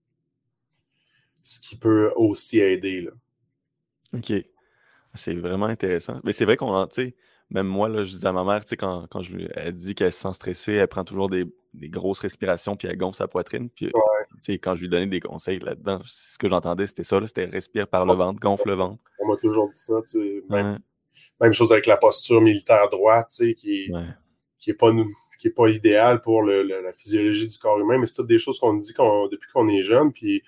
Ce qui peut aussi aider, là. OK. C'est vraiment intéressant. Mais c'est vrai qu'on en, tu sais, même moi, là, je dis à ma mère, tu sais, quand elle dit qu'elle se sent stressée, elle prend toujours des grosses respirations puis elle gonfle sa poitrine. Puis, tu sais, quand je lui donnais des conseils là-dedans, ce que j'entendais, c'était ça, là, c'était respire par le ventre, gonfle le ventre. On m'a toujours dit ça, tu sais, Ouais. même chose avec la posture militaire droite, tu sais, qui est pas l'idéal pour la physiologie du corps humain, mais c'est toutes des choses qu'on dit depuis qu'on est jeune. Puis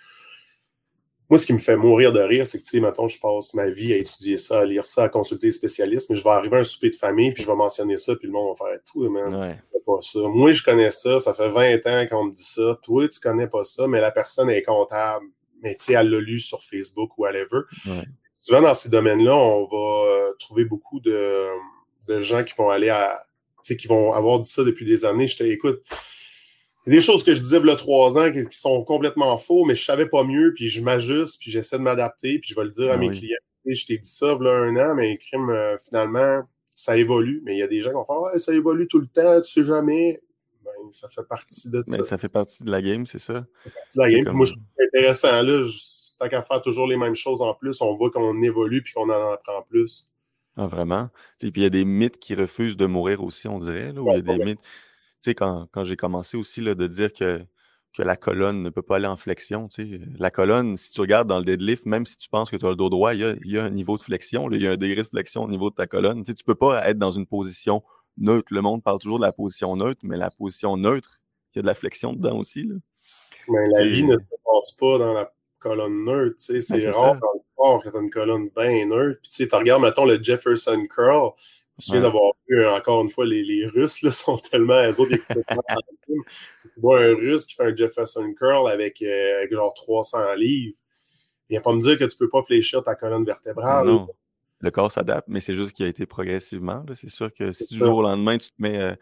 moi, ce qui me fait mourir de rire, c'est que, tu sais, mettons, je passe ma vie à étudier ça, à lire ça, à consulter les spécialistes, mais je vais arriver à un souper de famille, puis je vais mentionner ça, puis le monde va faire tout, man, tu connais pas ça. Moi, je connais ça fait 20 ans qu'on me dit ça. Toi, tu connais pas ça, mais la personne est comptable. Mais, tu sais, elle l'a lu sur Facebook ou whatever. Ouais. Souvent, dans ces domaines-là, on va trouver beaucoup de gens qui vont aller tu sais, qui vont avoir dit ça depuis des années. Écoute, il y a des choses que je disais il y a 3 ans qui sont complètement faux, mais je savais pas mieux, puis je m'ajuste, puis j'essaie de m'adapter, puis je vais le dire à mes clients. Je t'ai dit ça il y a 1 an, mais finalement, ça évolue. Mais il y a des gens qui vont faire « Ouais, ça évolue tout le temps, tu sais jamais. » Ben, ça fait partie de ça. Mais ça fait partie de la game, c'est ça. Ça fait partie de la game. Comme... Moi, je trouve ça intéressant. Là, tant qu'à faire toujours les mêmes choses en plus, on voit qu'on évolue puis qu'on en apprend plus. Ah, vraiment? Puis il y a des mythes qui refusent de mourir aussi, on dirait, là, où il y a des mythes. Tu sais, quand j'ai commencé aussi là, de dire que la colonne ne peut pas aller en flexion, tu sais. La colonne, si tu regardes dans le deadlift, même si tu penses que tu as le dos droit, il y a un niveau de flexion, là, il y a un degré de flexion au niveau de ta colonne. Tu sais, tu peux pas être dans une position neutre. Le monde parle toujours de la position neutre, mais la position neutre, il y a de la flexion dedans aussi, là. Mais la vie ne se passe pas dans la colonne neutre, tu sais. C'est rare dans le sport que tu as une colonne bien neutre. Puis tu sais, tu regardes, mettons, le Jefferson Curl. Je me souviens d'avoir vu, encore une fois, les Russes là, sont tellement, eux autres, extrêmement tu vois un Russe qui fait un Jefferson Curl avec genre 300 livres. Il vient pas me dire que tu peux pas fléchir ta colonne vertébrale. Non. Le corps s'adapte, mais c'est juste qu'il a été progressivement. Là. C'est sûr que si du jour au lendemain, tu te mets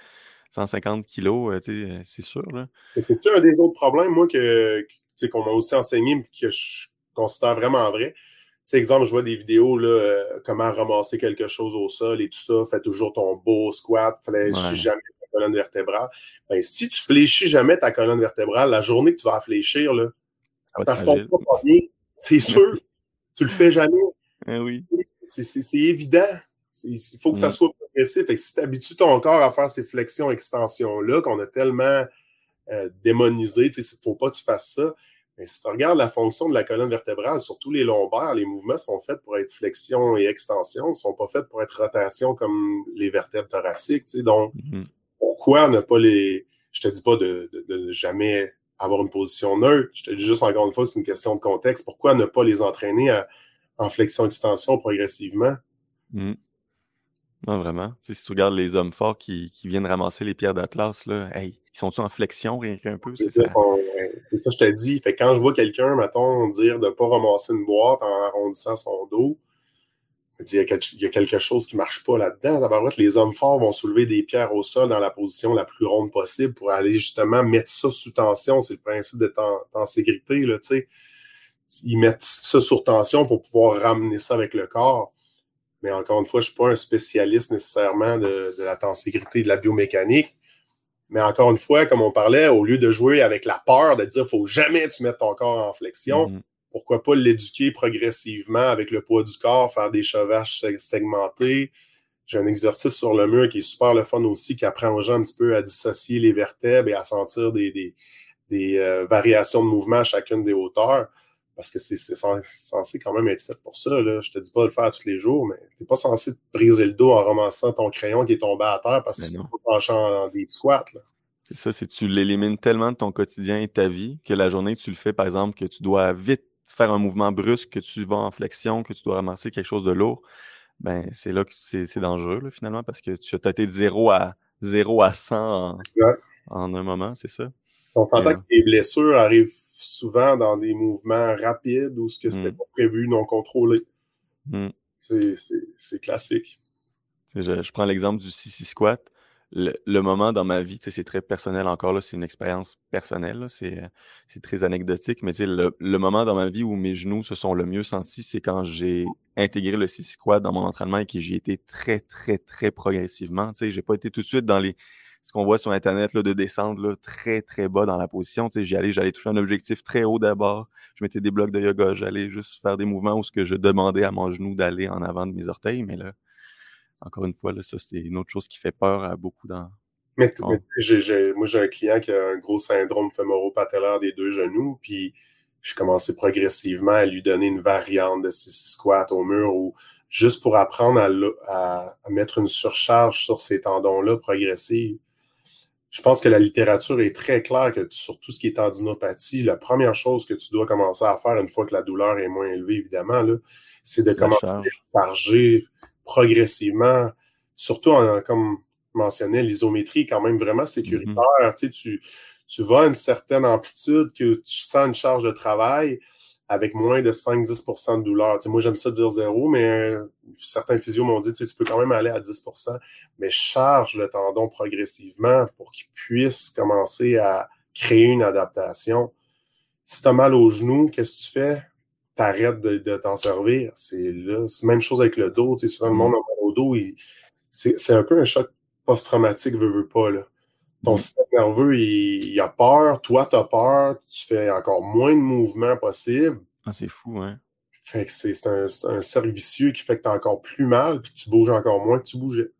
150 kilos, c'est sûr. Là. Mais c'est-tu un des autres problèmes, moi, qu'on m'a aussi enseigné et que je considère vraiment vrai? Tu sais, exemple, je vois des vidéos, là, comment ramasser quelque chose au sol et tout ça, fais toujours ton beau squat, fléchis jamais ta colonne vertébrale. Ben, si tu fléchis jamais ta colonne vertébrale, la journée que tu vas fléchir, là, ça se passe pas bien. C'est sûr. Tu le fais jamais. Oui. C'est évident. Il faut que ça soit progressif. Fait que si tu habitues ton corps à faire ces flexions-extensions-là, qu'on a tellement démonisé, il ne faut pas que tu fasses ça. Mais si tu regardes la fonction de la colonne vertébrale, surtout les lombaires, les mouvements sont faits pour être flexion et extension, ils ne sont pas faits pour être rotation comme les vertèbres thoraciques. Donc, pourquoi ne pas les... Je te dis pas de jamais avoir une position neutre. Je te dis juste encore une fois, c'est une question de contexte. Pourquoi ne pas les entraîner en flexion-extension progressivement? Non, vraiment. Tu sais, si tu regardes les hommes forts qui viennent ramasser les pierres d'Atlas, là, hey, ils sont-ils en flexion rien qu'un peu? C'est ça, je te dis. Fait que quand je vois quelqu'un, mettons, dire de ne pas ramasser une boîte en arrondissant son dos, Il dit, il y a quelque chose qui marche pas là-dedans. Tabarouette, les hommes forts vont soulever des pierres au sol dans la position la plus ronde possible pour aller justement mettre ça sous tension. C'est le principe de tenségrité, là, tu sais. Ils mettent ça sur tension pour pouvoir ramener ça avec le corps. Mais encore une fois, je suis pas un spécialiste nécessairement de la tenségrité et de la biomécanique. Mais encore une fois, comme on parlait, au lieu de jouer avec la peur de dire faut jamais tu mettes ton corps en flexion, pourquoi pas l'éduquer progressivement avec le poids du corps, faire des chevauches segmentés. J'ai un exercice sur le mur qui est super le fun aussi, qui apprend aux gens un petit peu à dissocier les vertèbres et à sentir des variations de mouvement à chacune des hauteurs. Parce que c'est censé quand même être fait pour ça. Là. Je te dis pas de le faire tous les jours, mais t'es pas censé te briser le dos en ramassant ton crayon qui est tombé à terre parce que tu peux pencher en des squats. Là. C'est ça, c'est que tu l'élimines tellement de ton quotidien et de ta vie que la journée, tu le fais, par exemple, que tu dois vite faire un mouvement brusque, que tu vas en flexion, que tu dois ramasser quelque chose de lourd. Ben, c'est là que c'est dangereux, là, finalement, parce que tu as été de 0 à 100 en un moment, c'est ça? On s'entend que les blessures arrivent souvent dans des mouvements rapides ou ce que c'était pas prévu, non contrôlé. C'est classique. Je prends l'exemple du sissy squat. Le moment dans ma vie, c'est très personnel encore, là, c'est une expérience personnelle, là, c'est très anecdotique, mais le moment dans ma vie où mes genoux se sont le mieux sentis, c'est quand j'ai intégré le sissy squat dans mon entraînement et que j'y étais très, très, très progressivement. J'ai pas été tout de suite dans ce qu'on voit sur Internet, là, de descendre là, très, très bas dans la position. J'allais toucher un objectif très haut d'abord. Je mettais des blocs de yoga. J'allais juste faire des mouvements où ce que je demandais à mon genou d'aller en avant de mes orteils. Mais là, encore une fois, là, ça, c'est une autre chose qui fait peur à beaucoup dans... Mais moi, j'ai un client qui a un gros syndrome fémoro-patellaire des deux genoux, puis j'ai commencé progressivement à lui donner une variante de sissy squat au mur ou juste pour apprendre à mettre une surcharge sur ces tendons-là progressive. Je pense que la littérature est très claire que sur tout ce qui est tendinopathie, la première chose que tu dois commencer à faire une fois que la douleur est moins élevée, évidemment, là, c'est de commencer à charger progressivement, surtout comme mentionnais, l'isométrie est quand même vraiment sécuritaire. Tu vas à une certaine amplitude que tu sens une charge de travail avec moins de 5-10% de douleur. Moi, j'aime ça dire 0, mais certains physios m'ont dit tu peux quand même aller à 10%, mais charge le tendon progressivement pour qu'il puisse commencer à créer une adaptation. Si tu as mal au genou, qu'est-ce que tu fais? Tu arrêtes de t'en servir. C'est la même chose avec le dos. Souvent, le monde a mal au dos. C'est un peu un choc post-traumatique, veux pas. Là. Ton système nerveux, il a peur. Toi, tu as peur. Tu fais encore moins de mouvements possibles. Ah, c'est fou, hein? Fait que c'est un cercle vicieux qui fait que tu as encore plus mal puis que tu bouges encore moins que tu bougeais.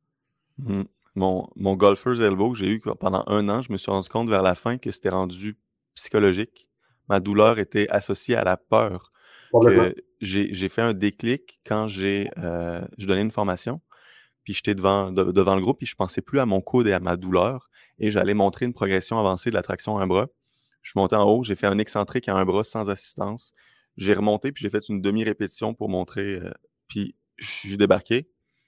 Mon golfer's elbow que j'ai eu pendant 1 an, je me suis rendu compte vers la fin que c'était rendu psychologique. Ma douleur était associée à la peur. J'ai fait un déclic quand je donnais une formation, puis j'étais devant le groupe, puis je pensais plus à mon coude et à ma douleur, et j'allais montrer une progression avancée de la traction à un bras. Je suis monté en haut, j'ai fait un excentrique à un bras sans assistance. J'ai remonté, puis j'ai fait une demi-répétition pour montrer, puis j'ai débarqué.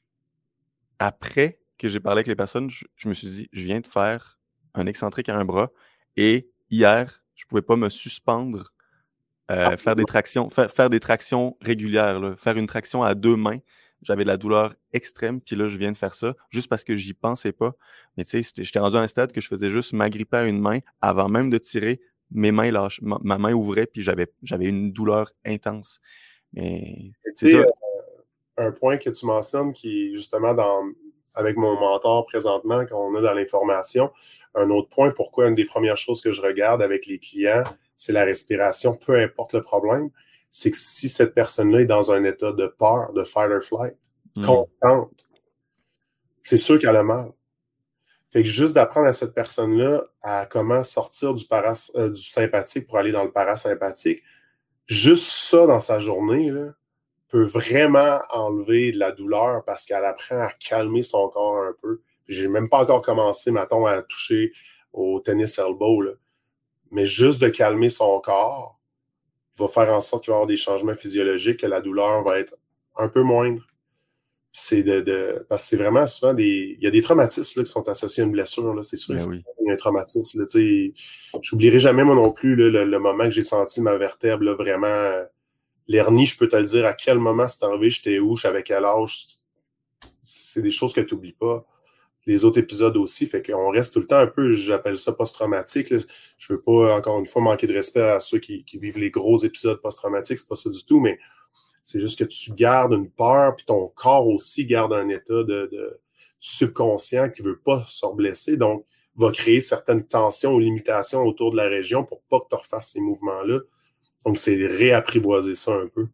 Après que j'ai parlé avec les personnes, je me suis dit, je viens de faire un excentrique à un bras, et hier, je pouvais pas me suspendre, faire des tractions régulières, là. Faire une traction à 2 mains. J'avais de la douleur extrême, puis là, je viens de faire ça, juste parce que j'y pensais pas. Mais tu sais, j'étais rendu à un stade que je faisais juste m'agripper à une main, avant même de tirer, mes mains lâchent, ma main ouvrait, puis j'avais une douleur intense. Mais c'est ça. Un point que tu mentionnes qui est justement avec mon mentor présentement, quand on a dans l'information, un autre point, pourquoi une des premières choses que je regarde avec les clients, c'est la respiration, peu importe le problème, c'est que si cette personne-là est dans un état de peur, de fight or flight, constante, c'est sûr qu'elle a mal. Fait que juste d'apprendre à cette personne-là à comment sortir du sympathique pour aller dans le parasympathique, juste ça dans sa journée, là, peut vraiment enlever de la douleur parce qu'elle apprend à calmer son corps un peu. J'ai même pas encore commencé, mettons, à toucher au tennis elbow, là. Mais juste de calmer son corps va faire en sorte qu'il va y avoir des changements physiologiques, que la douleur va être un peu moindre. C'est parce que c'est vraiment souvent il y a des traumatismes là, qui sont associés à une blessure. Là. C'est sûr qu'il y a un traumatisme. Là, j'oublierai jamais moi non plus là, le moment que j'ai senti ma vertèbre là, vraiment L'hernie, je peux te le dire à quel moment c'est arrivé, j'étais où, j'avais quel âge. C'est des choses que tu n'oublies pas. Les autres épisodes aussi, fait qu'on reste tout le temps un peu, j'appelle ça post-traumatique. Là. Je veux pas, encore une fois, manquer de respect à ceux qui vivent les gros épisodes post-traumatiques, c'est pas ça du tout, mais c'est juste que tu gardes une peur, puis ton corps aussi garde un état de subconscient qui veut pas se reblesser, donc va créer certaines tensions ou limitations autour de la région pour pas que tu refasses ces mouvements-là. Donc, c'est réapprivoiser ça un peu.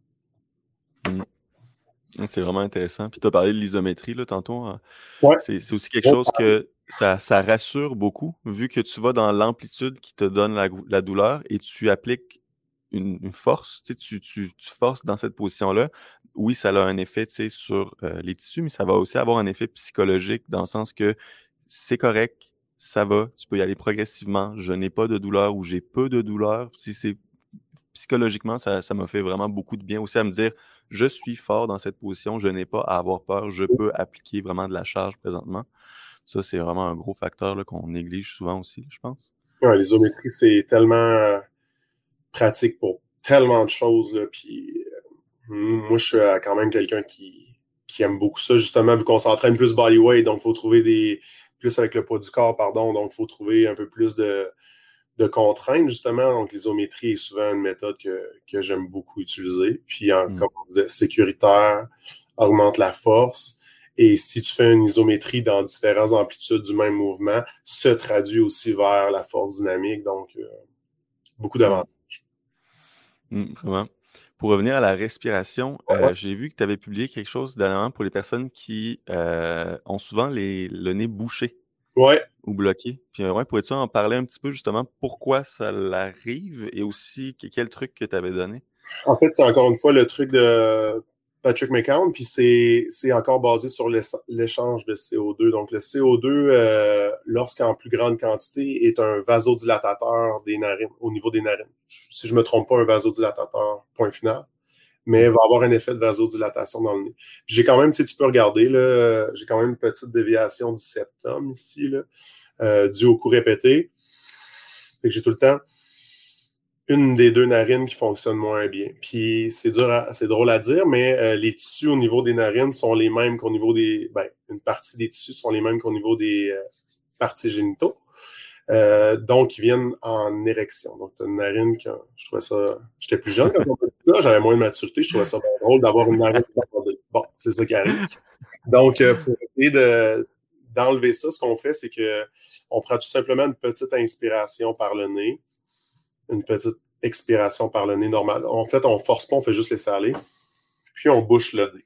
C'est vraiment intéressant. Puis tu as parlé de l'isométrie là, tantôt. Ouais. C'est aussi quelque chose que ça rassure beaucoup, vu que tu vas dans l'amplitude qui te donne la douleur et tu appliques une force, tu forces dans cette position-là. Oui, ça a un effet sur les tissus, mais ça va aussi avoir un effet psychologique dans le sens que c'est correct, ça va, tu peux y aller progressivement, je n'ai pas de douleur ou j'ai peu de douleur. Psychologiquement, ça m'a fait vraiment beaucoup de bien aussi à me dire je suis fort dans cette position, je n'ai pas à avoir peur, je peux appliquer vraiment de la charge présentement. Ça, c'est vraiment un gros facteur là, qu'on néglige souvent aussi, je pense. Ouais, l'isométrie, c'est tellement pratique pour tellement de choses. Là, puis, moi, je suis quand même quelqu'un qui aime beaucoup ça, justement, vu qu'on s'entraîne plus bodyweight, donc il faut trouver plus avec le poids du corps, pardon, donc il faut trouver un peu plus de contraintes, justement. Donc, l'isométrie est souvent une méthode que j'aime beaucoup utiliser. Puis, comme on disait, sécuritaire, augmente la force. Et si tu fais une isométrie dans différentes amplitudes du même mouvement, se traduit aussi vers la force dynamique. Donc, beaucoup d'avantages. Vraiment. Pour revenir à la respiration, j'ai vu que tu avais publié quelque chose dernièrement pour les personnes qui ont souvent le nez bouché. Ouais. Ou bloqué. Puis pourrais-tu en parler un petit peu justement pourquoi ça l'arrive et aussi quel truc que tu avais donné? En fait, c'est encore une fois le truc de Patrick McCown, puis c'est encore basé sur l'échange de CO2. Donc, le CO2, lorsqu'en plus grande quantité, est un vasodilatateur des narines, au niveau des narines. Si je ne me trompe pas, un vasodilatateur, point final. Mais va avoir un effet de vasodilatation dans le nez. Puis j'ai quand même, tu peux regarder, là, j'ai quand même une petite déviation du septum ici, là, due au coup répété. Fait que j'ai tout le temps une des deux narines qui fonctionne moins bien. Puis c'est drôle à dire, mais les tissus au niveau des narines sont les mêmes qu'au niveau des... une partie des tissus sont les mêmes qu'au niveau des parties génitaux. Donc, ils viennent en érection. Donc, tu as une narine que je trouvais ça... J'étais plus jeune quand on faisait ça, j'avais moins de maturité, je trouvais ça bien drôle d'avoir une narine débordée. Bon, c'est ça qui arrive. Donc, pour essayer d'enlever ça, ce qu'on fait, c'est que on prend tout simplement une petite inspiration par le nez, une petite expiration par le nez normale. En fait, on force pas, on fait juste laisser aller, puis on bouche le nez.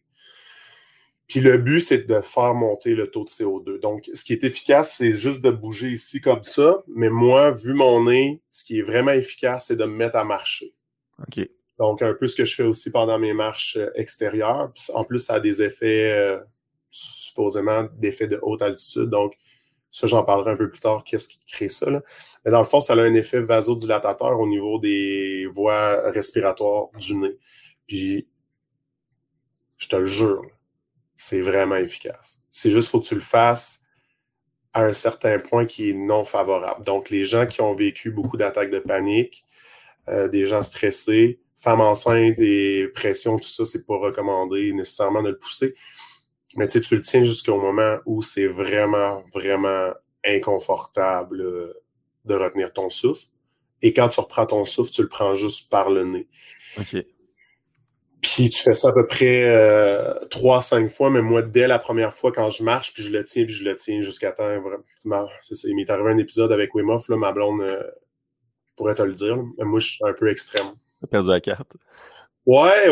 Puis le but, c'est de faire monter le taux de CO2. Donc, ce qui est efficace, c'est juste de bouger ici comme ça. Mais moi, vu mon nez, ce qui est vraiment efficace, c'est de me mettre à marcher. OK. Donc, un peu ce que je fais aussi pendant mes marches extérieures. Puis, en plus, ça a des effets, supposément, d'effets de haute altitude. Donc, ça, j'en parlerai un peu plus tard, qu'est-ce qui crée ça, là. Mais dans le fond, ça a un effet vasodilatateur au niveau des voies respiratoires du nez. Puis, je te le jure, c'est vraiment efficace. C'est juste qu'il faut que tu le fasses à un certain point qui est non favorable. Donc, les gens qui ont vécu beaucoup d'attaques de panique, des gens stressés, femmes enceintes et pression, tout ça, c'est pas recommandé nécessairement de le pousser. Mais tu le tiens jusqu'au moment où c'est vraiment, vraiment inconfortable de retenir ton souffle. Et quand tu reprends ton souffle, tu le prends juste par le nez. OK. Puis tu fais ça à peu près 3-5 fois, mais moi, dès la première fois, quand je marche, puis je le tiens jusqu'à temps. Il m'est arrivé un épisode avec Wim Hof, là, ma blonde pourrait te le dire. Mais moi, je suis un peu extrême. T'as perdu la carte? Ouais,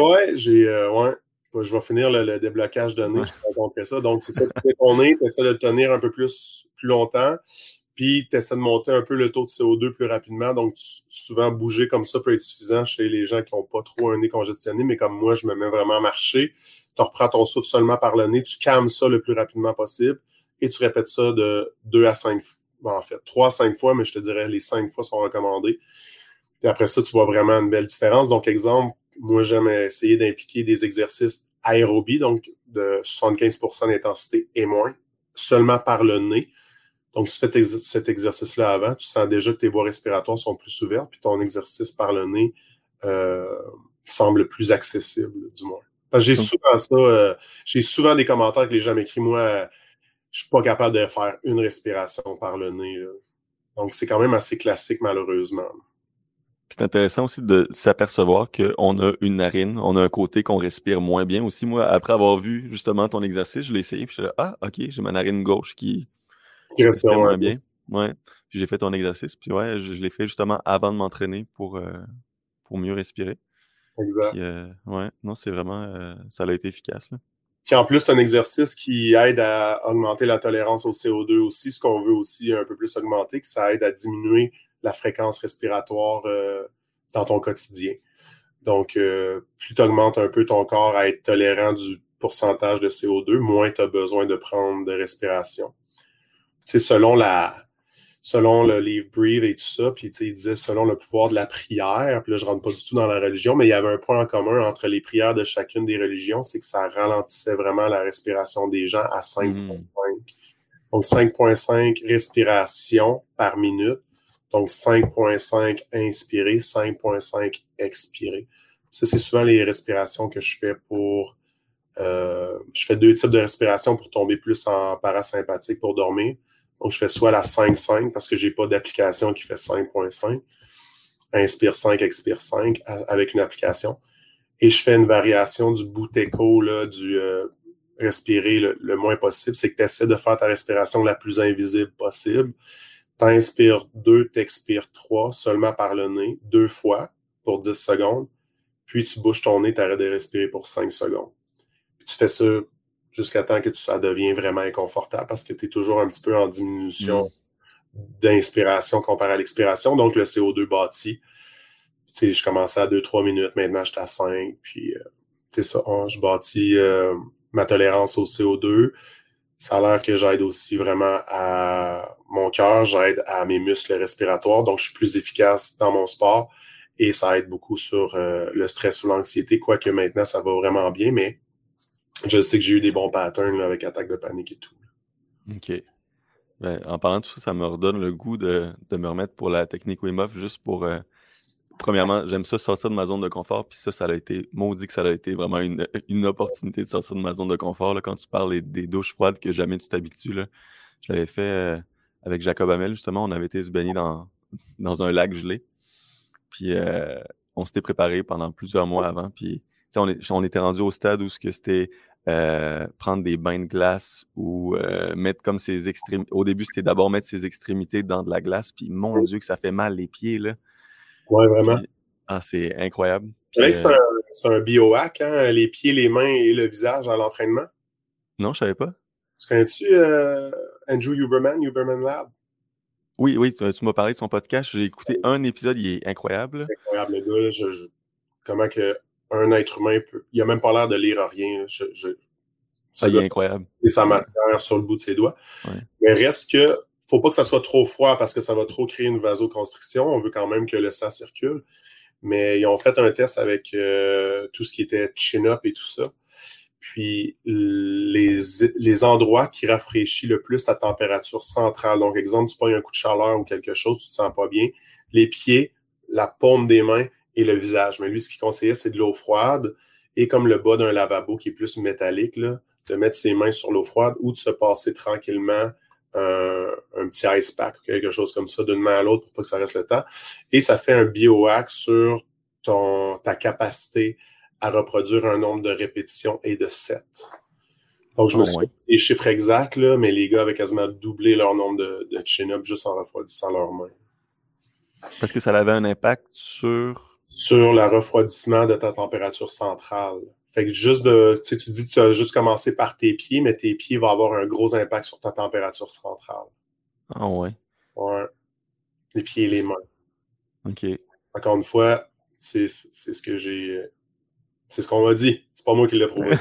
je vais finir le déblocage de nez, je te raconterai ça. Donc, c'est ça, tu fais ton nez, tu essaies de le tenir un peu plus longtemps, puis tu essaies de monter un peu le taux de CO2 plus rapidement. Donc, souvent, bouger comme ça peut être suffisant chez les gens qui n'ont pas trop un nez congestionné, mais comme moi, je me mets vraiment à marcher. Tu reprends ton souffle seulement par le nez, tu calmes ça le plus rapidement possible et tu répètes ça de 2 à 5 fois. En fait, 3 à 5 fois, mais je te dirais les 5 fois sont recommandés. Puis après ça, tu vois vraiment une belle différence. Donc, exemple, moi, j'aime essayer d'impliquer des exercices aérobie, donc de 75% d'intensité et moins, seulement par le nez. Donc, tu fais cet exercice-là avant, tu sens déjà que tes voies respiratoires sont plus ouvertes, puis ton exercice par le nez semble plus accessible, du moins. Parce que j'ai souvent des commentaires que les gens m'écrivent, moi, je suis pas capable de faire une respiration par le nez, là. Donc, c'est quand même assez classique, malheureusement. C'est intéressant aussi de s'apercevoir qu'on a une narine, on a un côté qu'on respire moins bien aussi. Moi, après avoir vu justement ton exercice, je l'ai essayé, puis je suis là, ah, ok, j'ai ma narine gauche qui respire moins bien. Ouais. Puis j'ai fait ton exercice, puis ouais, je l'ai fait justement avant de m'entraîner pour mieux respirer. Exact. Puis ouais, non, c'est vraiment, ça a été efficace, là. Puis en plus, c'est un exercice qui aide à augmenter la tolérance au CO2 aussi, ce qu'on veut aussi un peu plus augmenter, que ça aide à diminuer la fréquence respiratoire dans ton quotidien. Donc, plus tu augmentes un peu ton corps à être tolérant du pourcentage de CO2, moins tu as besoin de prendre de respiration. Tu sais, selon le livre Breathe et tout ça, puis il disait selon le pouvoir de la prière, puis là, je rentre pas du tout dans la religion, mais il y avait un point en commun entre les prières de chacune des religions, c'est que ça ralentissait vraiment la respiration des gens à 5,5. Donc, 5,5 respirations par minute. Donc, 5,5 inspirer, 5,5 expirer. Ça, c'est souvent les respirations que je fais pour... je fais 2 types de respiration pour tomber plus en parasympathique pour dormir. Donc, je fais soit la 5-5 parce que j'ai pas d'application qui fait 5.5. Inspire 5, expire 5 avec une application. Et je fais une variation du Buteyko, là, du respirer le moins possible. C'est que tu essaies de faire ta respiration la plus invisible possible. T'inspires 2, t'expires 3 seulement par le nez, 2 fois pour 10 secondes. Puis tu bouges ton nez, t'arrêtes de respirer pour 5 secondes. Puis tu fais ça jusqu'à temps que ça devient vraiment inconfortable parce que tu es toujours un petit peu en diminution d'inspiration comparé à l'expiration. Donc, le CO2 bâtit. Tu sais, je commençais à 2-3 minutes. Maintenant, j'étais à 5. Puis, c'est ça. Je bâtis ma tolérance au CO2. Ça a l'air que j'aide aussi vraiment à mon cœur. J'aide à mes muscles respiratoires. Donc, je suis plus efficace dans mon sport. Et ça aide beaucoup sur le stress ou l'anxiété. Quoique maintenant, ça va vraiment bien. Mais je sais que j'ai eu des bons patterns là, avec attaque de panique et tout. OK. Ben, en parlant de tout ça, ça me redonne le goût de me remettre pour la technique Wim Hof, juste pour... premièrement, j'aime ça sortir de ma zone de confort, puis ça a été... Maudit que ça a été vraiment une opportunité de sortir de ma zone de confort. Là, quand tu parles des douches froides que jamais tu t'habitues, là. Je l'avais fait avec Jacob Hamel, justement. On avait été se baigner dans un lac gelé. Puis on s'était préparé pendant plusieurs mois avant, puis on était rendu au stade où c'était prendre des bains de glace ou mettre comme ses extrémités. Au début, c'était d'abord mettre ses extrémités dans de la glace, puis mon Dieu que ça fait mal les pieds, là. Ouais, vraiment. Puis, c'est incroyable. Puis, c'est un biohack, hein, les pieds, les mains et le visage à l'entraînement. Non, je savais pas. Tu connais-tu Andrew Huberman Lab? Oui, tu m'as parlé de son podcast. J'ai écouté un épisode, il est incroyable. Incroyable, le gars. Là, comment que un être humain peut... Il a même pas l'air de lire rien. Il est incroyable. Et sa matière sur le bout de ses doigts. Ouais. Mais reste que faut pas que ça soit trop froid parce que ça va trop créer une vasoconstriction. On veut quand même que le sang circule. Mais ils ont fait un test avec tout ce qui était chin-up et tout ça. Puis les endroits qui rafraîchissent le plus ta température centrale. Donc, exemple, tu pognes un coup de chaleur ou quelque chose, tu te sens pas bien. Les pieds, la paume des mains et le visage. Mais lui, ce qu'il conseillait, c'est de l'eau froide et comme le bas d'un lavabo qui est plus métallique, là, de mettre ses mains sur l'eau froide ou de se passer tranquillement un petit ice pack ou quelque chose comme ça d'une main à l'autre pour pas que ça reste le temps. Et ça fait un biohack sur ta capacité à reproduire un nombre de répétitions et de sets. Donc, je me suis les chiffres exacts, là, mais les gars avaient quasiment doublé leur nombre de chin-up juste en refroidissant leurs mains. Parce que ça avait un impact sur... Sur le refroidissement de ta température centrale. Fait que tu dis que tu as juste commencé par tes pieds, mais tes pieds vont avoir un gros impact sur ta température centrale. Ah ouais? Ouais. Les pieds et les mains. OK. Encore une fois, c'est ce que j'ai... C'est ce qu'on m'a dit. C'est pas moi qui l'ai prouvé.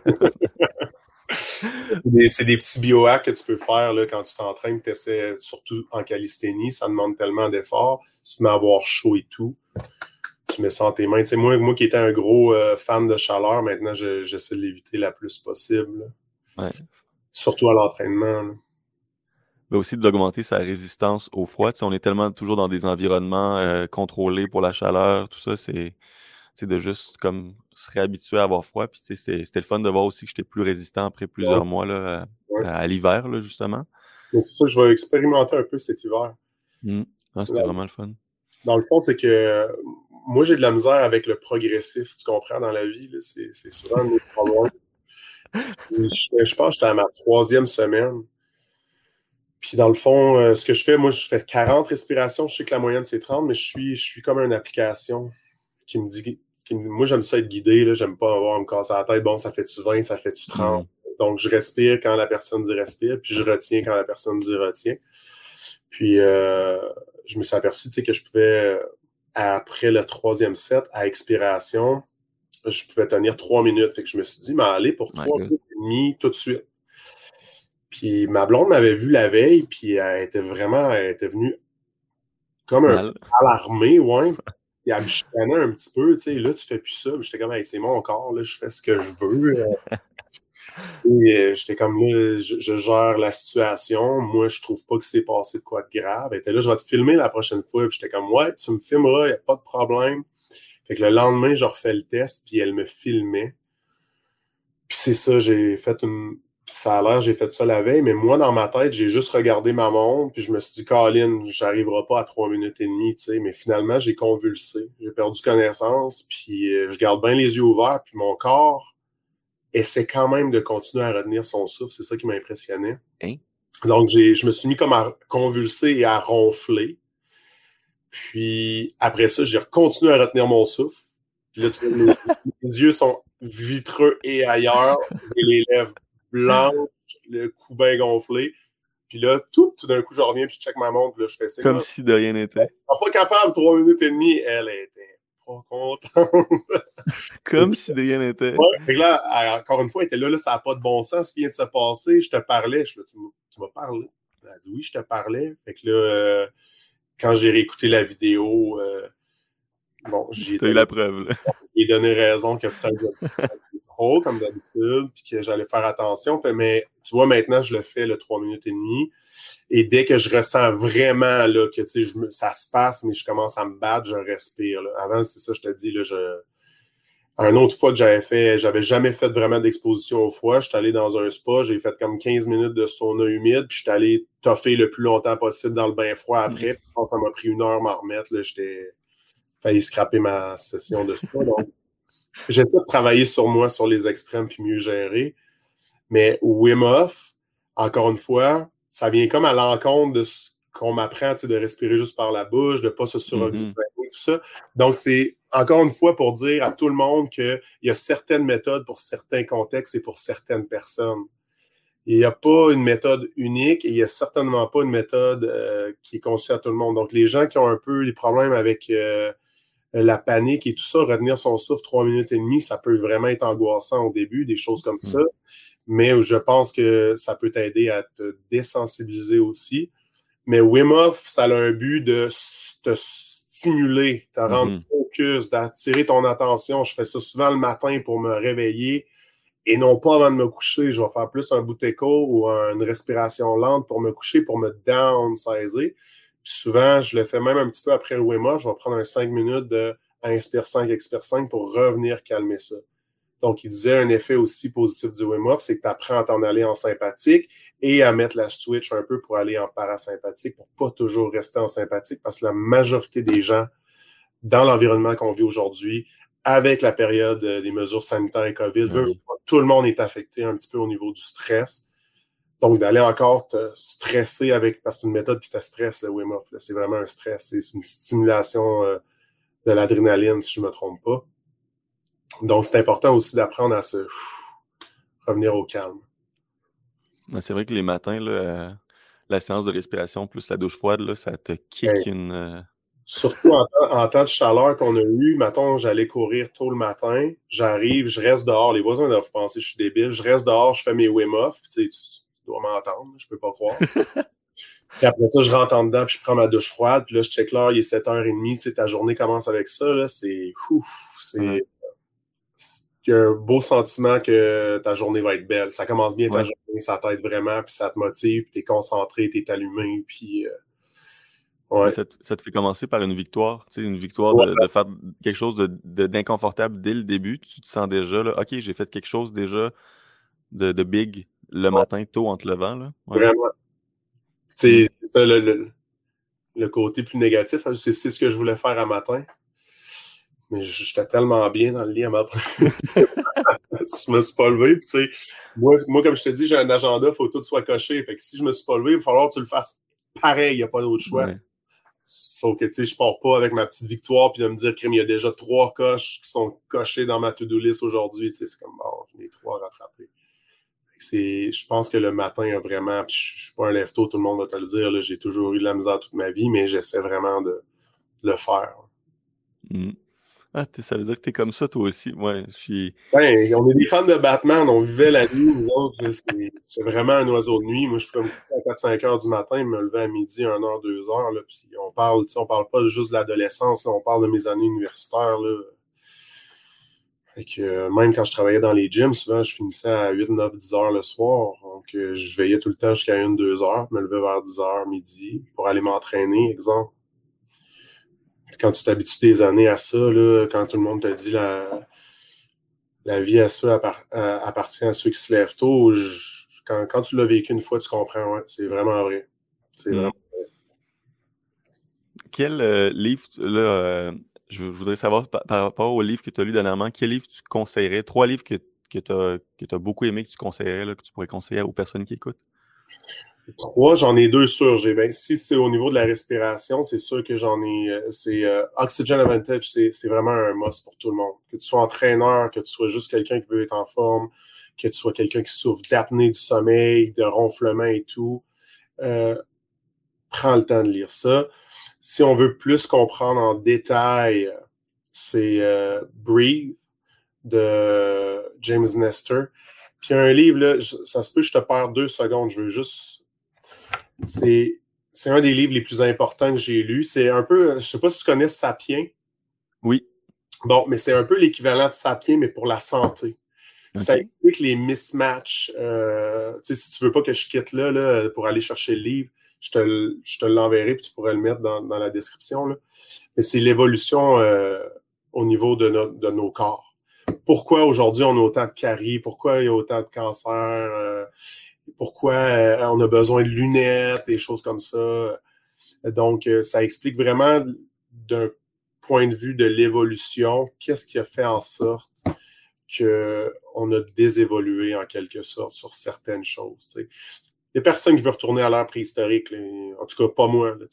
C'est des petits biohacks que tu peux faire là, quand tu t'entraînes, tu essaies, surtout en calisthénie, ça demande tellement d'efforts. Tu te mets à avoir chaud et tout. Tu mets ça en tes mains. Tu sais, moi qui étais un gros fan de chaleur, maintenant, j'essaie de l'éviter la plus possible. Ouais. Surtout à l'entraînement. Là. Mais aussi d'augmenter sa résistance au froid. Tu sais, on est tellement toujours dans des environnements contrôlés pour la chaleur, tout ça, de juste comme se réhabituer à avoir froid. Puis c'était le fun de voir aussi que j'étais plus résistant après plusieurs mois là, Ouais. à l'hiver, là, justement. Mais c'est ça, je vais expérimenter un peu cet hiver. Ah, c'était vraiment le fun. Dans le fond, c'est que moi, j'ai de la misère avec le progressif, tu comprends, dans la vie. Là, c'est souvent un de mes problèmes. Je pense que j'étais à ma 3e semaine. Puis dans le fond, ce que je fais, moi, je fais 40 respirations. Je sais que la moyenne, c'est 30, mais je suis comme une application qui me dit... moi, j'aime ça être guidé. Là, j'aime pas avoir à me casser la tête. Bon, ça fait-tu 20, ça fait-tu 30? Donc, je respire quand la personne dit respire, puis je retiens quand la personne dit retient. Puis, je me suis aperçu, tu sais, que je pouvais, après le 3e set, à expiration, je pouvais tenir 3 minutes. Fait que je me suis dit, mais allez pour 3 minutes et demie tout de suite. Puis ma blonde m'avait vu la veille, puis elle était venue comme un peu alarmée, ouais. Et elle me chicanait un petit peu, tu sais, là, tu fais plus ça. Puis j'étais comme, hey, c'est mon corps, là, je fais ce que je veux. Et j'étais comme, là, je gère la situation. Moi, je trouve pas que c'est passé de quoi de grave. Elle était là, je vais te filmer la prochaine fois. Puis j'étais comme, ouais, tu me filmeras, y a pas de problème. Fait que le lendemain, je refais le test, puis elle me filmait. Puis c'est ça, ça a l'air, j'ai fait ça la veille, mais moi, dans ma tête, j'ai juste regardé ma montre, puis je me suis dit, Colin, j'arriverai pas à 3 minutes et demie, tu sais, mais finalement, j'ai convulsé. J'ai perdu connaissance, puis je garde bien les yeux ouverts, puis mon corps essaie quand même de continuer à retenir son souffle. C'est ça qui m'impressionnait. Hein? Donc, je me suis mis comme à convulser et à ronfler. Puis, après ça, j'ai continué à retenir mon souffle. Puis là, tu vois, mes yeux sont vitreux et ailleurs. J'ai les lèvres blanches, le cou bien gonflé. Puis là, tout d'un coup, je reviens, puis je check ma montre, puis là, je fais ça. Comme si de rien n'était. Je suis pas capable, 3 minutes et demie. Elle était pas contente. Comme si de rien n'était. Ouais, fait que là, encore une fois, elle était là, ça n'a pas de bon sens ce qui vient de se passer. Je te parlais. Je dis, tu m'as parlé. Elle a dit, oui, je te parlais. Fait que là, quand j'ai réécouté la vidéo, bon, T'as eu la preuve, là. J'ai donné raison que peut-être trop, comme d'habitude, puis que j'allais faire attention. Mais tu vois, maintenant, je le fais, le 3 minutes et demie. Et dès que je ressens vraiment là, que ça se passe, mais je commence à me battre, je respire. Là. Avant, c'est ça, je te dis, là, un autre fois que j'avais jamais fait vraiment d'exposition au froid. J'étais allé dans un spa, j'ai fait comme 15 minutes de sauna humide, puis j'étais allé toffer le plus longtemps possible dans le bain froid après. Puis, je pense que ça m'a pris 1 heure à m'en remettre. Là, j'étais failli scraper ma session de spa. Donc, j'essaie de travailler sur moi, sur les extrêmes, puis mieux gérer. Mais Wim Hof, encore une fois, ça vient comme à l'encontre de ce qu'on m'apprend, de respirer juste par la bouche, de ne pas se suroxygéner, tout ça. Donc, c'est encore une fois pour dire à tout le monde qu'il y a certaines méthodes pour certains contextes et pour certaines personnes. Il n'y a pas une méthode unique et il n'y a certainement pas une méthode qui est conçue à tout le monde. Donc, les gens qui ont un peu des problèmes avec la panique et tout ça, retenir son souffle 3 minutes et demie, ça peut vraiment être angoissant au début, des choses comme ça. Mais je pense que ça peut t'aider à te désensibiliser aussi. Mais Wim Hof, ça a un but de te stimuler, te rendre focus, d'attirer ton attention. Je fais ça souvent le matin pour me réveiller et non pas avant de me coucher. Je vais faire plus un bout d'écho ou une respiration lente pour me coucher, pour me downsizer. Puis souvent, je le fais même un petit peu après le Wim Hof. Je vais prendre un 5 minutes de inspire 5, expire 5 pour revenir calmer ça. Donc, il disait un effet aussi positif du Wim Hof, c'est que tu apprends à t'en aller en sympathique et à mettre la switch un peu pour aller en parasympathique, pour pas toujours rester en sympathique, parce que la majorité des gens, dans l'environnement qu'on vit aujourd'hui, avec la période des mesures sanitaires et COVID, tout le monde est affecté un petit peu au niveau du stress. Donc, d'aller encore te stresser parce que c'est une méthode qui te stresse, le Wim Hof. Là, c'est vraiment un stress. C'est une stimulation de l'adrénaline, si je ne me trompe pas. Donc, c'est important aussi d'apprendre à se revenir au calme. C'est vrai que les matins, là, la séance de respiration plus la douche froide, là, ça te kick une... Surtout en temps de chaleur qu'on a eu, mettons, j'allais courir tôt le matin, j'arrive, je reste dehors, les voisins doivent penser que je suis débile, je reste dehors, je fais mes Wim Hof, tu dois m'entendre, je peux pas croire. Puis après ça, je rentre en dedans, puis je prends ma douche froide, puis là, je check l'heure, il est 7h30, tu sais, ta journée commence avec ça, là, c'est un beau sentiment que ta journée va être belle. Ça commence bien ta journée, ça t'aide vraiment, puis ça te motive, puis t'es concentré, t'es allumé, puis Ouais. Mais ça te fait commencer par une victoire, tu sais, une victoire Ouais, de faire quelque chose d'inconfortable dès le début. Tu te sens déjà, là, OK, j'ai fait quelque chose déjà de big le ouais, matin, tôt en te levant, là. Ouais. vraiment. Mm. C'est ça le côté plus négatif. Hein, c'est ce que je voulais faire à matin. Mais j'étais tellement bien dans le lit à matin. Je me suis pas levé. Puis, tu sais, moi, comme je te dis, j'ai un agenda, il faut que tout soit coché. Fait que si je me suis pas levé, il va falloir que tu le fasses pareil. Il n'y a pas d'autre choix. Ouais. Sauf que, tu sais, je pars pas avec ma petite victoire puis de me dire, crime, il y a déjà 3 coches qui sont cochées dans ma to-do list aujourd'hui. Tu sais, c'est comme, bon, j'en ai 3 à rattraper. Je pense que le matin a vraiment, puis je suis pas un lève-tôt, tout le monde va te le dire, là, j'ai toujours eu de la misère toute ma vie, mais j'essaie vraiment de le faire. Mm. Ah, ça veut dire que t'es comme ça, toi aussi. Ouais, je suis... Ben, on est des fans de Batman, on vivait la nuit, nous autres. C'est vraiment un oiseau de nuit. Moi, je pouvais me coucher à 4-5 heures du matin, me lever à midi, 1 heure, 2 heures. Là, puis on parle pas juste de l'adolescence, là, on parle de mes années universitaires. Là. Fait que, même quand je travaillais dans les gyms, souvent, je finissais à 8, 9, 10 heures le soir. Donc, je veillais tout le temps jusqu'à 1, 2 heures, me levais vers 10 heures, midi, pour aller m'entraîner, exemple. Quand tu t'habitues des années à ça, là, quand tout le monde te dit la vie à ceux appartient à ceux qui se lèvent tôt. Quand tu l'as vécu une fois, tu comprends, ouais, c'est vraiment vrai. C'est Mm. vraiment. Quel livre, je voudrais savoir par rapport au livre que tu as lu dernièrement, quel livre tu conseillerais? 3 livres que tu as beaucoup aimé, que tu conseillerais, là, que tu pourrais conseiller aux personnes qui écoutent? 3, j'en ai 2 sûrs. Si c'est au niveau de la respiration, c'est sûr que j'en ai. C'est Oxygen Advantage, c'est vraiment un must pour tout le monde. Que tu sois entraîneur, que tu sois juste quelqu'un qui veut être en forme, que tu sois quelqu'un qui souffre d'apnée du sommeil, de ronflement et tout. Prends le temps de lire ça. Si on veut plus comprendre en détail, c'est Breathe de James Nestor. Puis un livre, là, ça se peut que je te perds 2 secondes. Je veux juste. C'est un des livres les plus importants que j'ai lu. C'est un peu, je sais pas si tu connais Sapiens. Oui. Bon, mais c'est un peu l'équivalent de Sapiens, mais pour la santé. Ça OK. explique les mismatchs. Tu sais, si tu veux pas que je quitte là, pour aller chercher le livre, je te l'enverrai puis tu pourrais le mettre dans la description. Là. Mais c'est l'évolution au niveau de nos corps. Pourquoi aujourd'hui on a autant de caries? Pourquoi il y a autant de cancers? Pourquoi on a besoin de lunettes, des choses comme ça. Donc, ça explique vraiment d'un point de vue de l'évolution, qu'est-ce qui a fait en sorte qu'on a désévolué en quelque sorte sur certaines choses. T'sais. Il n'y a personne qui veut retourner à l'ère préhistorique. Là. En tout cas, pas moi. Là,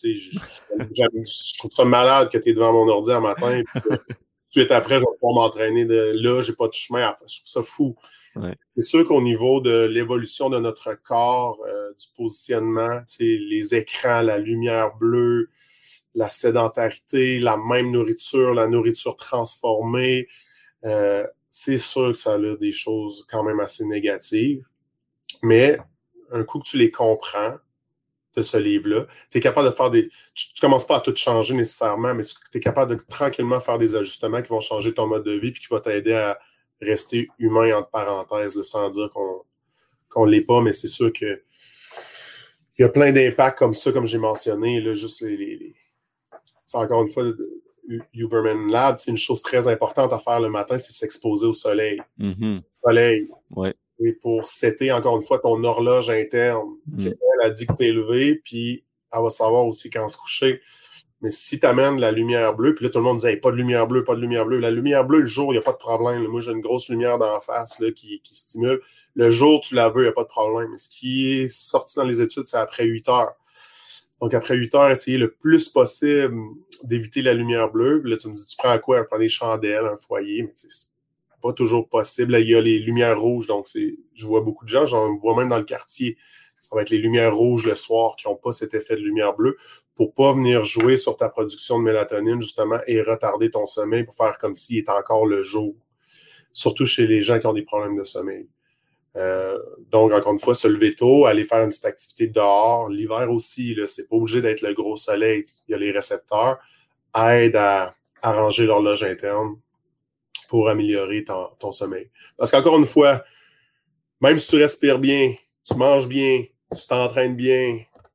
je trouve ça malade que tu es devant mon ordi un matin. Puis tout de suite après, je vais pouvoir m'entraîner. Là, j'ai pas de chemin. Enfin, je trouve ça fou. Ouais. C'est sûr qu'au niveau de l'évolution de notre corps, du positionnement, les écrans, la lumière bleue, la sédentarité, la même nourriture, la nourriture transformée, c'est sûr que ça a des choses quand même assez négatives. Mais un coup que tu les comprends de ce livre-là, tu es capable de faire des... Tu commences pas à tout changer nécessairement, mais tu es capable de tranquillement faire des ajustements qui vont changer ton mode de vie puis qui vont t'aider à rester humain, entre parenthèses, là, sans dire qu'on l'est pas, mais c'est sûr que il y a plein d'impacts comme ça, comme j'ai mentionné, là, juste c'est encore une fois Huberman Lab, c'est une chose très importante à faire le matin, c'est s'exposer au soleil. Mm-hmm. Soleil. Ouais. Et pour setter, encore une fois, ton horloge interne. Mm. Elle a dit que tu es levé, puis elle va savoir aussi quand se coucher. Mais si tu amènes la lumière bleue, puis là, tout le monde dit hey, pas de lumière bleue, pas de lumière bleue. La lumière bleue, le jour, il n'y a pas de problème. Là. Moi, j'ai une grosse lumière d'en face là, qui stimule. Le jour, tu la veux, il n'y a pas de problème. Mais ce qui est sorti dans les études, c'est après 8 heures. Donc, après 8 heures, essayer le plus possible d'éviter la lumière bleue. Puis là, tu me dis, tu prends quoi? Je prends des chandelles, un foyer, mais c'est pas toujours possible. Là, il y a les lumières rouges, donc je vois beaucoup de gens, j'en vois même dans le quartier. Ça va être les lumières rouges le soir qui n'ont pas cet effet de lumière bleue pour pas venir jouer sur ta production de mélatonine, justement, et retarder ton sommeil pour faire comme s'il était encore le jour. Surtout chez les gens qui ont des problèmes de sommeil. Donc, encore une fois, se lever tôt, aller faire une petite activité dehors. L'hiver aussi, là, c'est pas obligé d'être le gros soleil. Il y a les récepteurs. Aide à arranger l'horloge interne pour améliorer ton sommeil. Parce qu'encore une fois, même si tu respires bien, tu manges bien, tu t'entraînes bien,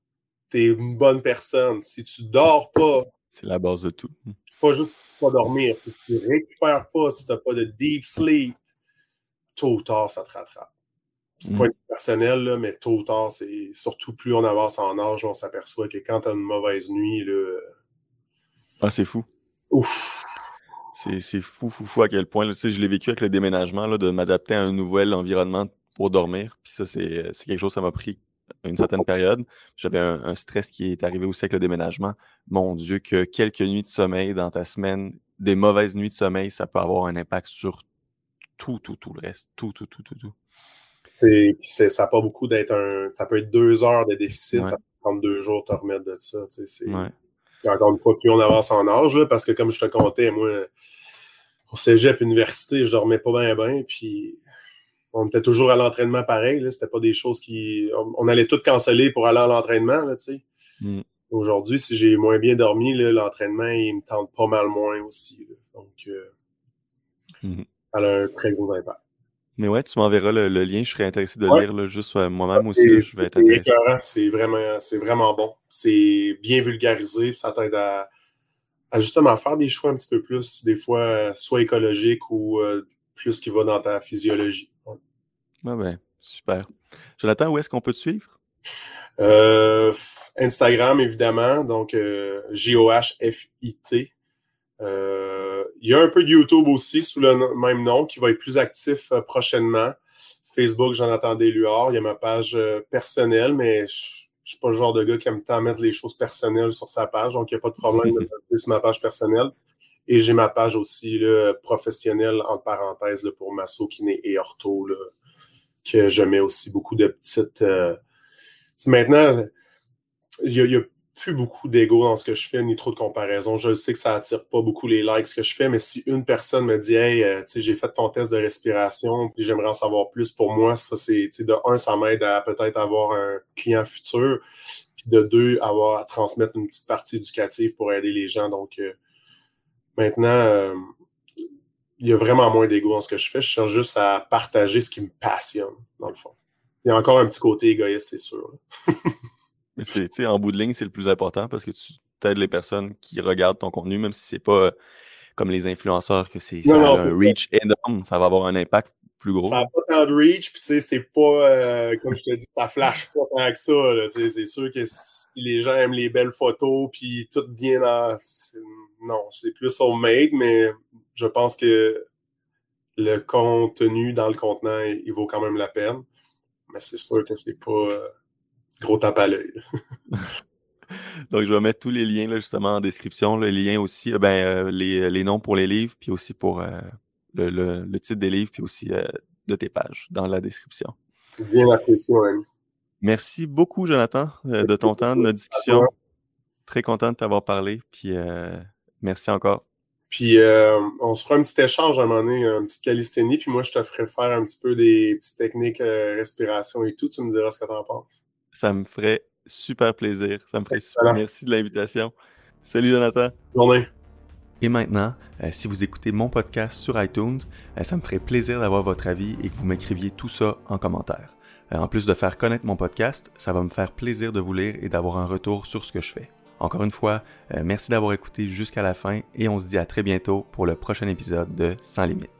t'es une bonne personne. Si tu dors pas, c'est la base de tout. Pas juste pas dormir. Si tu récupères pas, si t'as pas de deep sleep, tôt ou tard, ça te rattrape. C'est pas personnel, là, mais tôt ou tard, c'est surtout plus on avance en âge, on s'aperçoit que quand t'as une mauvaise nuit, là... Ah, c'est fou. Ouf! C'est fou à quel point, là, tu sais, je l'ai vécu avec le déménagement, là, de m'adapter à un nouvel environnement pour dormir. Puis ça, c'est quelque chose, ça m'a pris une certaine période. J'avais un stress qui est arrivé aussi avec le déménagement. Mon Dieu, que quelques nuits de sommeil dans ta semaine, des mauvaises nuits de sommeil, ça peut avoir un impact sur tout le reste. Tout. Ça n'a pas beaucoup d'être ça peut être 2 heures de déficit, Ouais. ça peut prendre 2 jours de te remettre de ça. Ouais. Et encore une fois, plus on avance en âge, là, parce que comme je te contais, moi, au cégep, université, je dormais pas bien, puis on était toujours à l'entraînement pareil. Là, c'était pas des choses qui... On allait tout canceller pour aller à l'entraînement, là, tu sais. Aujourd'hui, si j'ai moins bien dormi, là, l'entraînement, il me tente pas mal moins aussi. Là. Donc, ça a un très gros impact. Mais ouais, tu m'enverras le lien, je serais intéressé de lire là, juste moi-même aussi, là, je vais être intéressé. C'est vraiment bon. C'est bien vulgarisé, ça t'aide à justement faire des choix un petit peu plus, des fois, soit écologiques ou plus qui va dans ta physiologie. Ouais. Ah ben, super. Jonathan, où est-ce qu'on peut te suivre? Instagram, évidemment, donc GOHFIT. Il y a un peu de YouTube aussi sous le même nom qui va être plus actif prochainement. Facebook, Jonathan Desluards. Il y a ma page personnelle, mais je suis pas le genre de gars qui aime tant mettre les choses personnelles sur sa page, donc il n'y a pas de problème de mettre sur ma page personnelle. Et j'ai ma page aussi là, professionnelle, entre parenthèses, là, pour masso, kiné et ortho, là, que je mets aussi beaucoup de petites... Maintenant, il y a plus beaucoup d'ego dans ce que je fais, ni trop de comparaison. Je sais que ça attire pas beaucoup les likes ce que je fais, mais si une personne me dit « Hey, tu sais, j'ai fait ton test de respiration, puis j'aimerais en savoir plus », pour moi, ça c'est, tu sais, de un, ça m'aide à peut-être avoir un client futur, puis de deux, à transmettre une petite partie éducative pour aider les gens. Donc, maintenant, il y a vraiment moins d'ego dans ce que je fais. Je cherche juste à partager ce qui me passionne, dans le fond. Il y a encore un petit côté égoïste, c'est sûr. Mais c'est, en bout de ligne, c'est le plus important parce que tu aides les personnes qui regardent ton contenu, même si c'est pas comme les influenceurs, que ça a un reach énorme, ça va avoir un impact plus gros. Ça n'a pas tant de reach, puis tu sais, c'est pas, comme je te dis, ça flash pas tant que ça. Là, c'est sûr que si les gens aiment les belles photos, puis tout bien dans... Non, c'est plus homemade, mais je pense que le contenu dans le contenant, il vaut quand même la peine. Mais c'est sûr que c'est pas gros tape à l'œil. Donc, je vais mettre tous les liens là, justement en description. Les liens aussi, les noms pour les livres, puis aussi pour le titre des livres, puis aussi de tes pages dans la description. Bien apprécié, mon ami. Merci beaucoup, Jonathan, de ton temps, de notre discussion. Très content de t'avoir parlé, puis merci encore. Puis on se fera un petit échange à un moment donné, une petite calisthénie, puis moi je te ferai faire un petit peu des petites techniques respiration et tout. Tu me diras ce que tu en penses. Ça me ferait super plaisir. Ça me ferait super. Merci de l'invitation. Salut, Jonathan. Bonne journée. Et maintenant, si vous écoutez mon podcast sur iTunes, ça me ferait plaisir d'avoir votre avis et que vous m'écriviez tout ça en commentaire. En plus de faire connaître mon podcast, ça va me faire plaisir de vous lire et d'avoir un retour sur ce que je fais. Encore une fois, merci d'avoir écouté jusqu'à la fin et on se dit à très bientôt pour le prochain épisode de Sans Limites.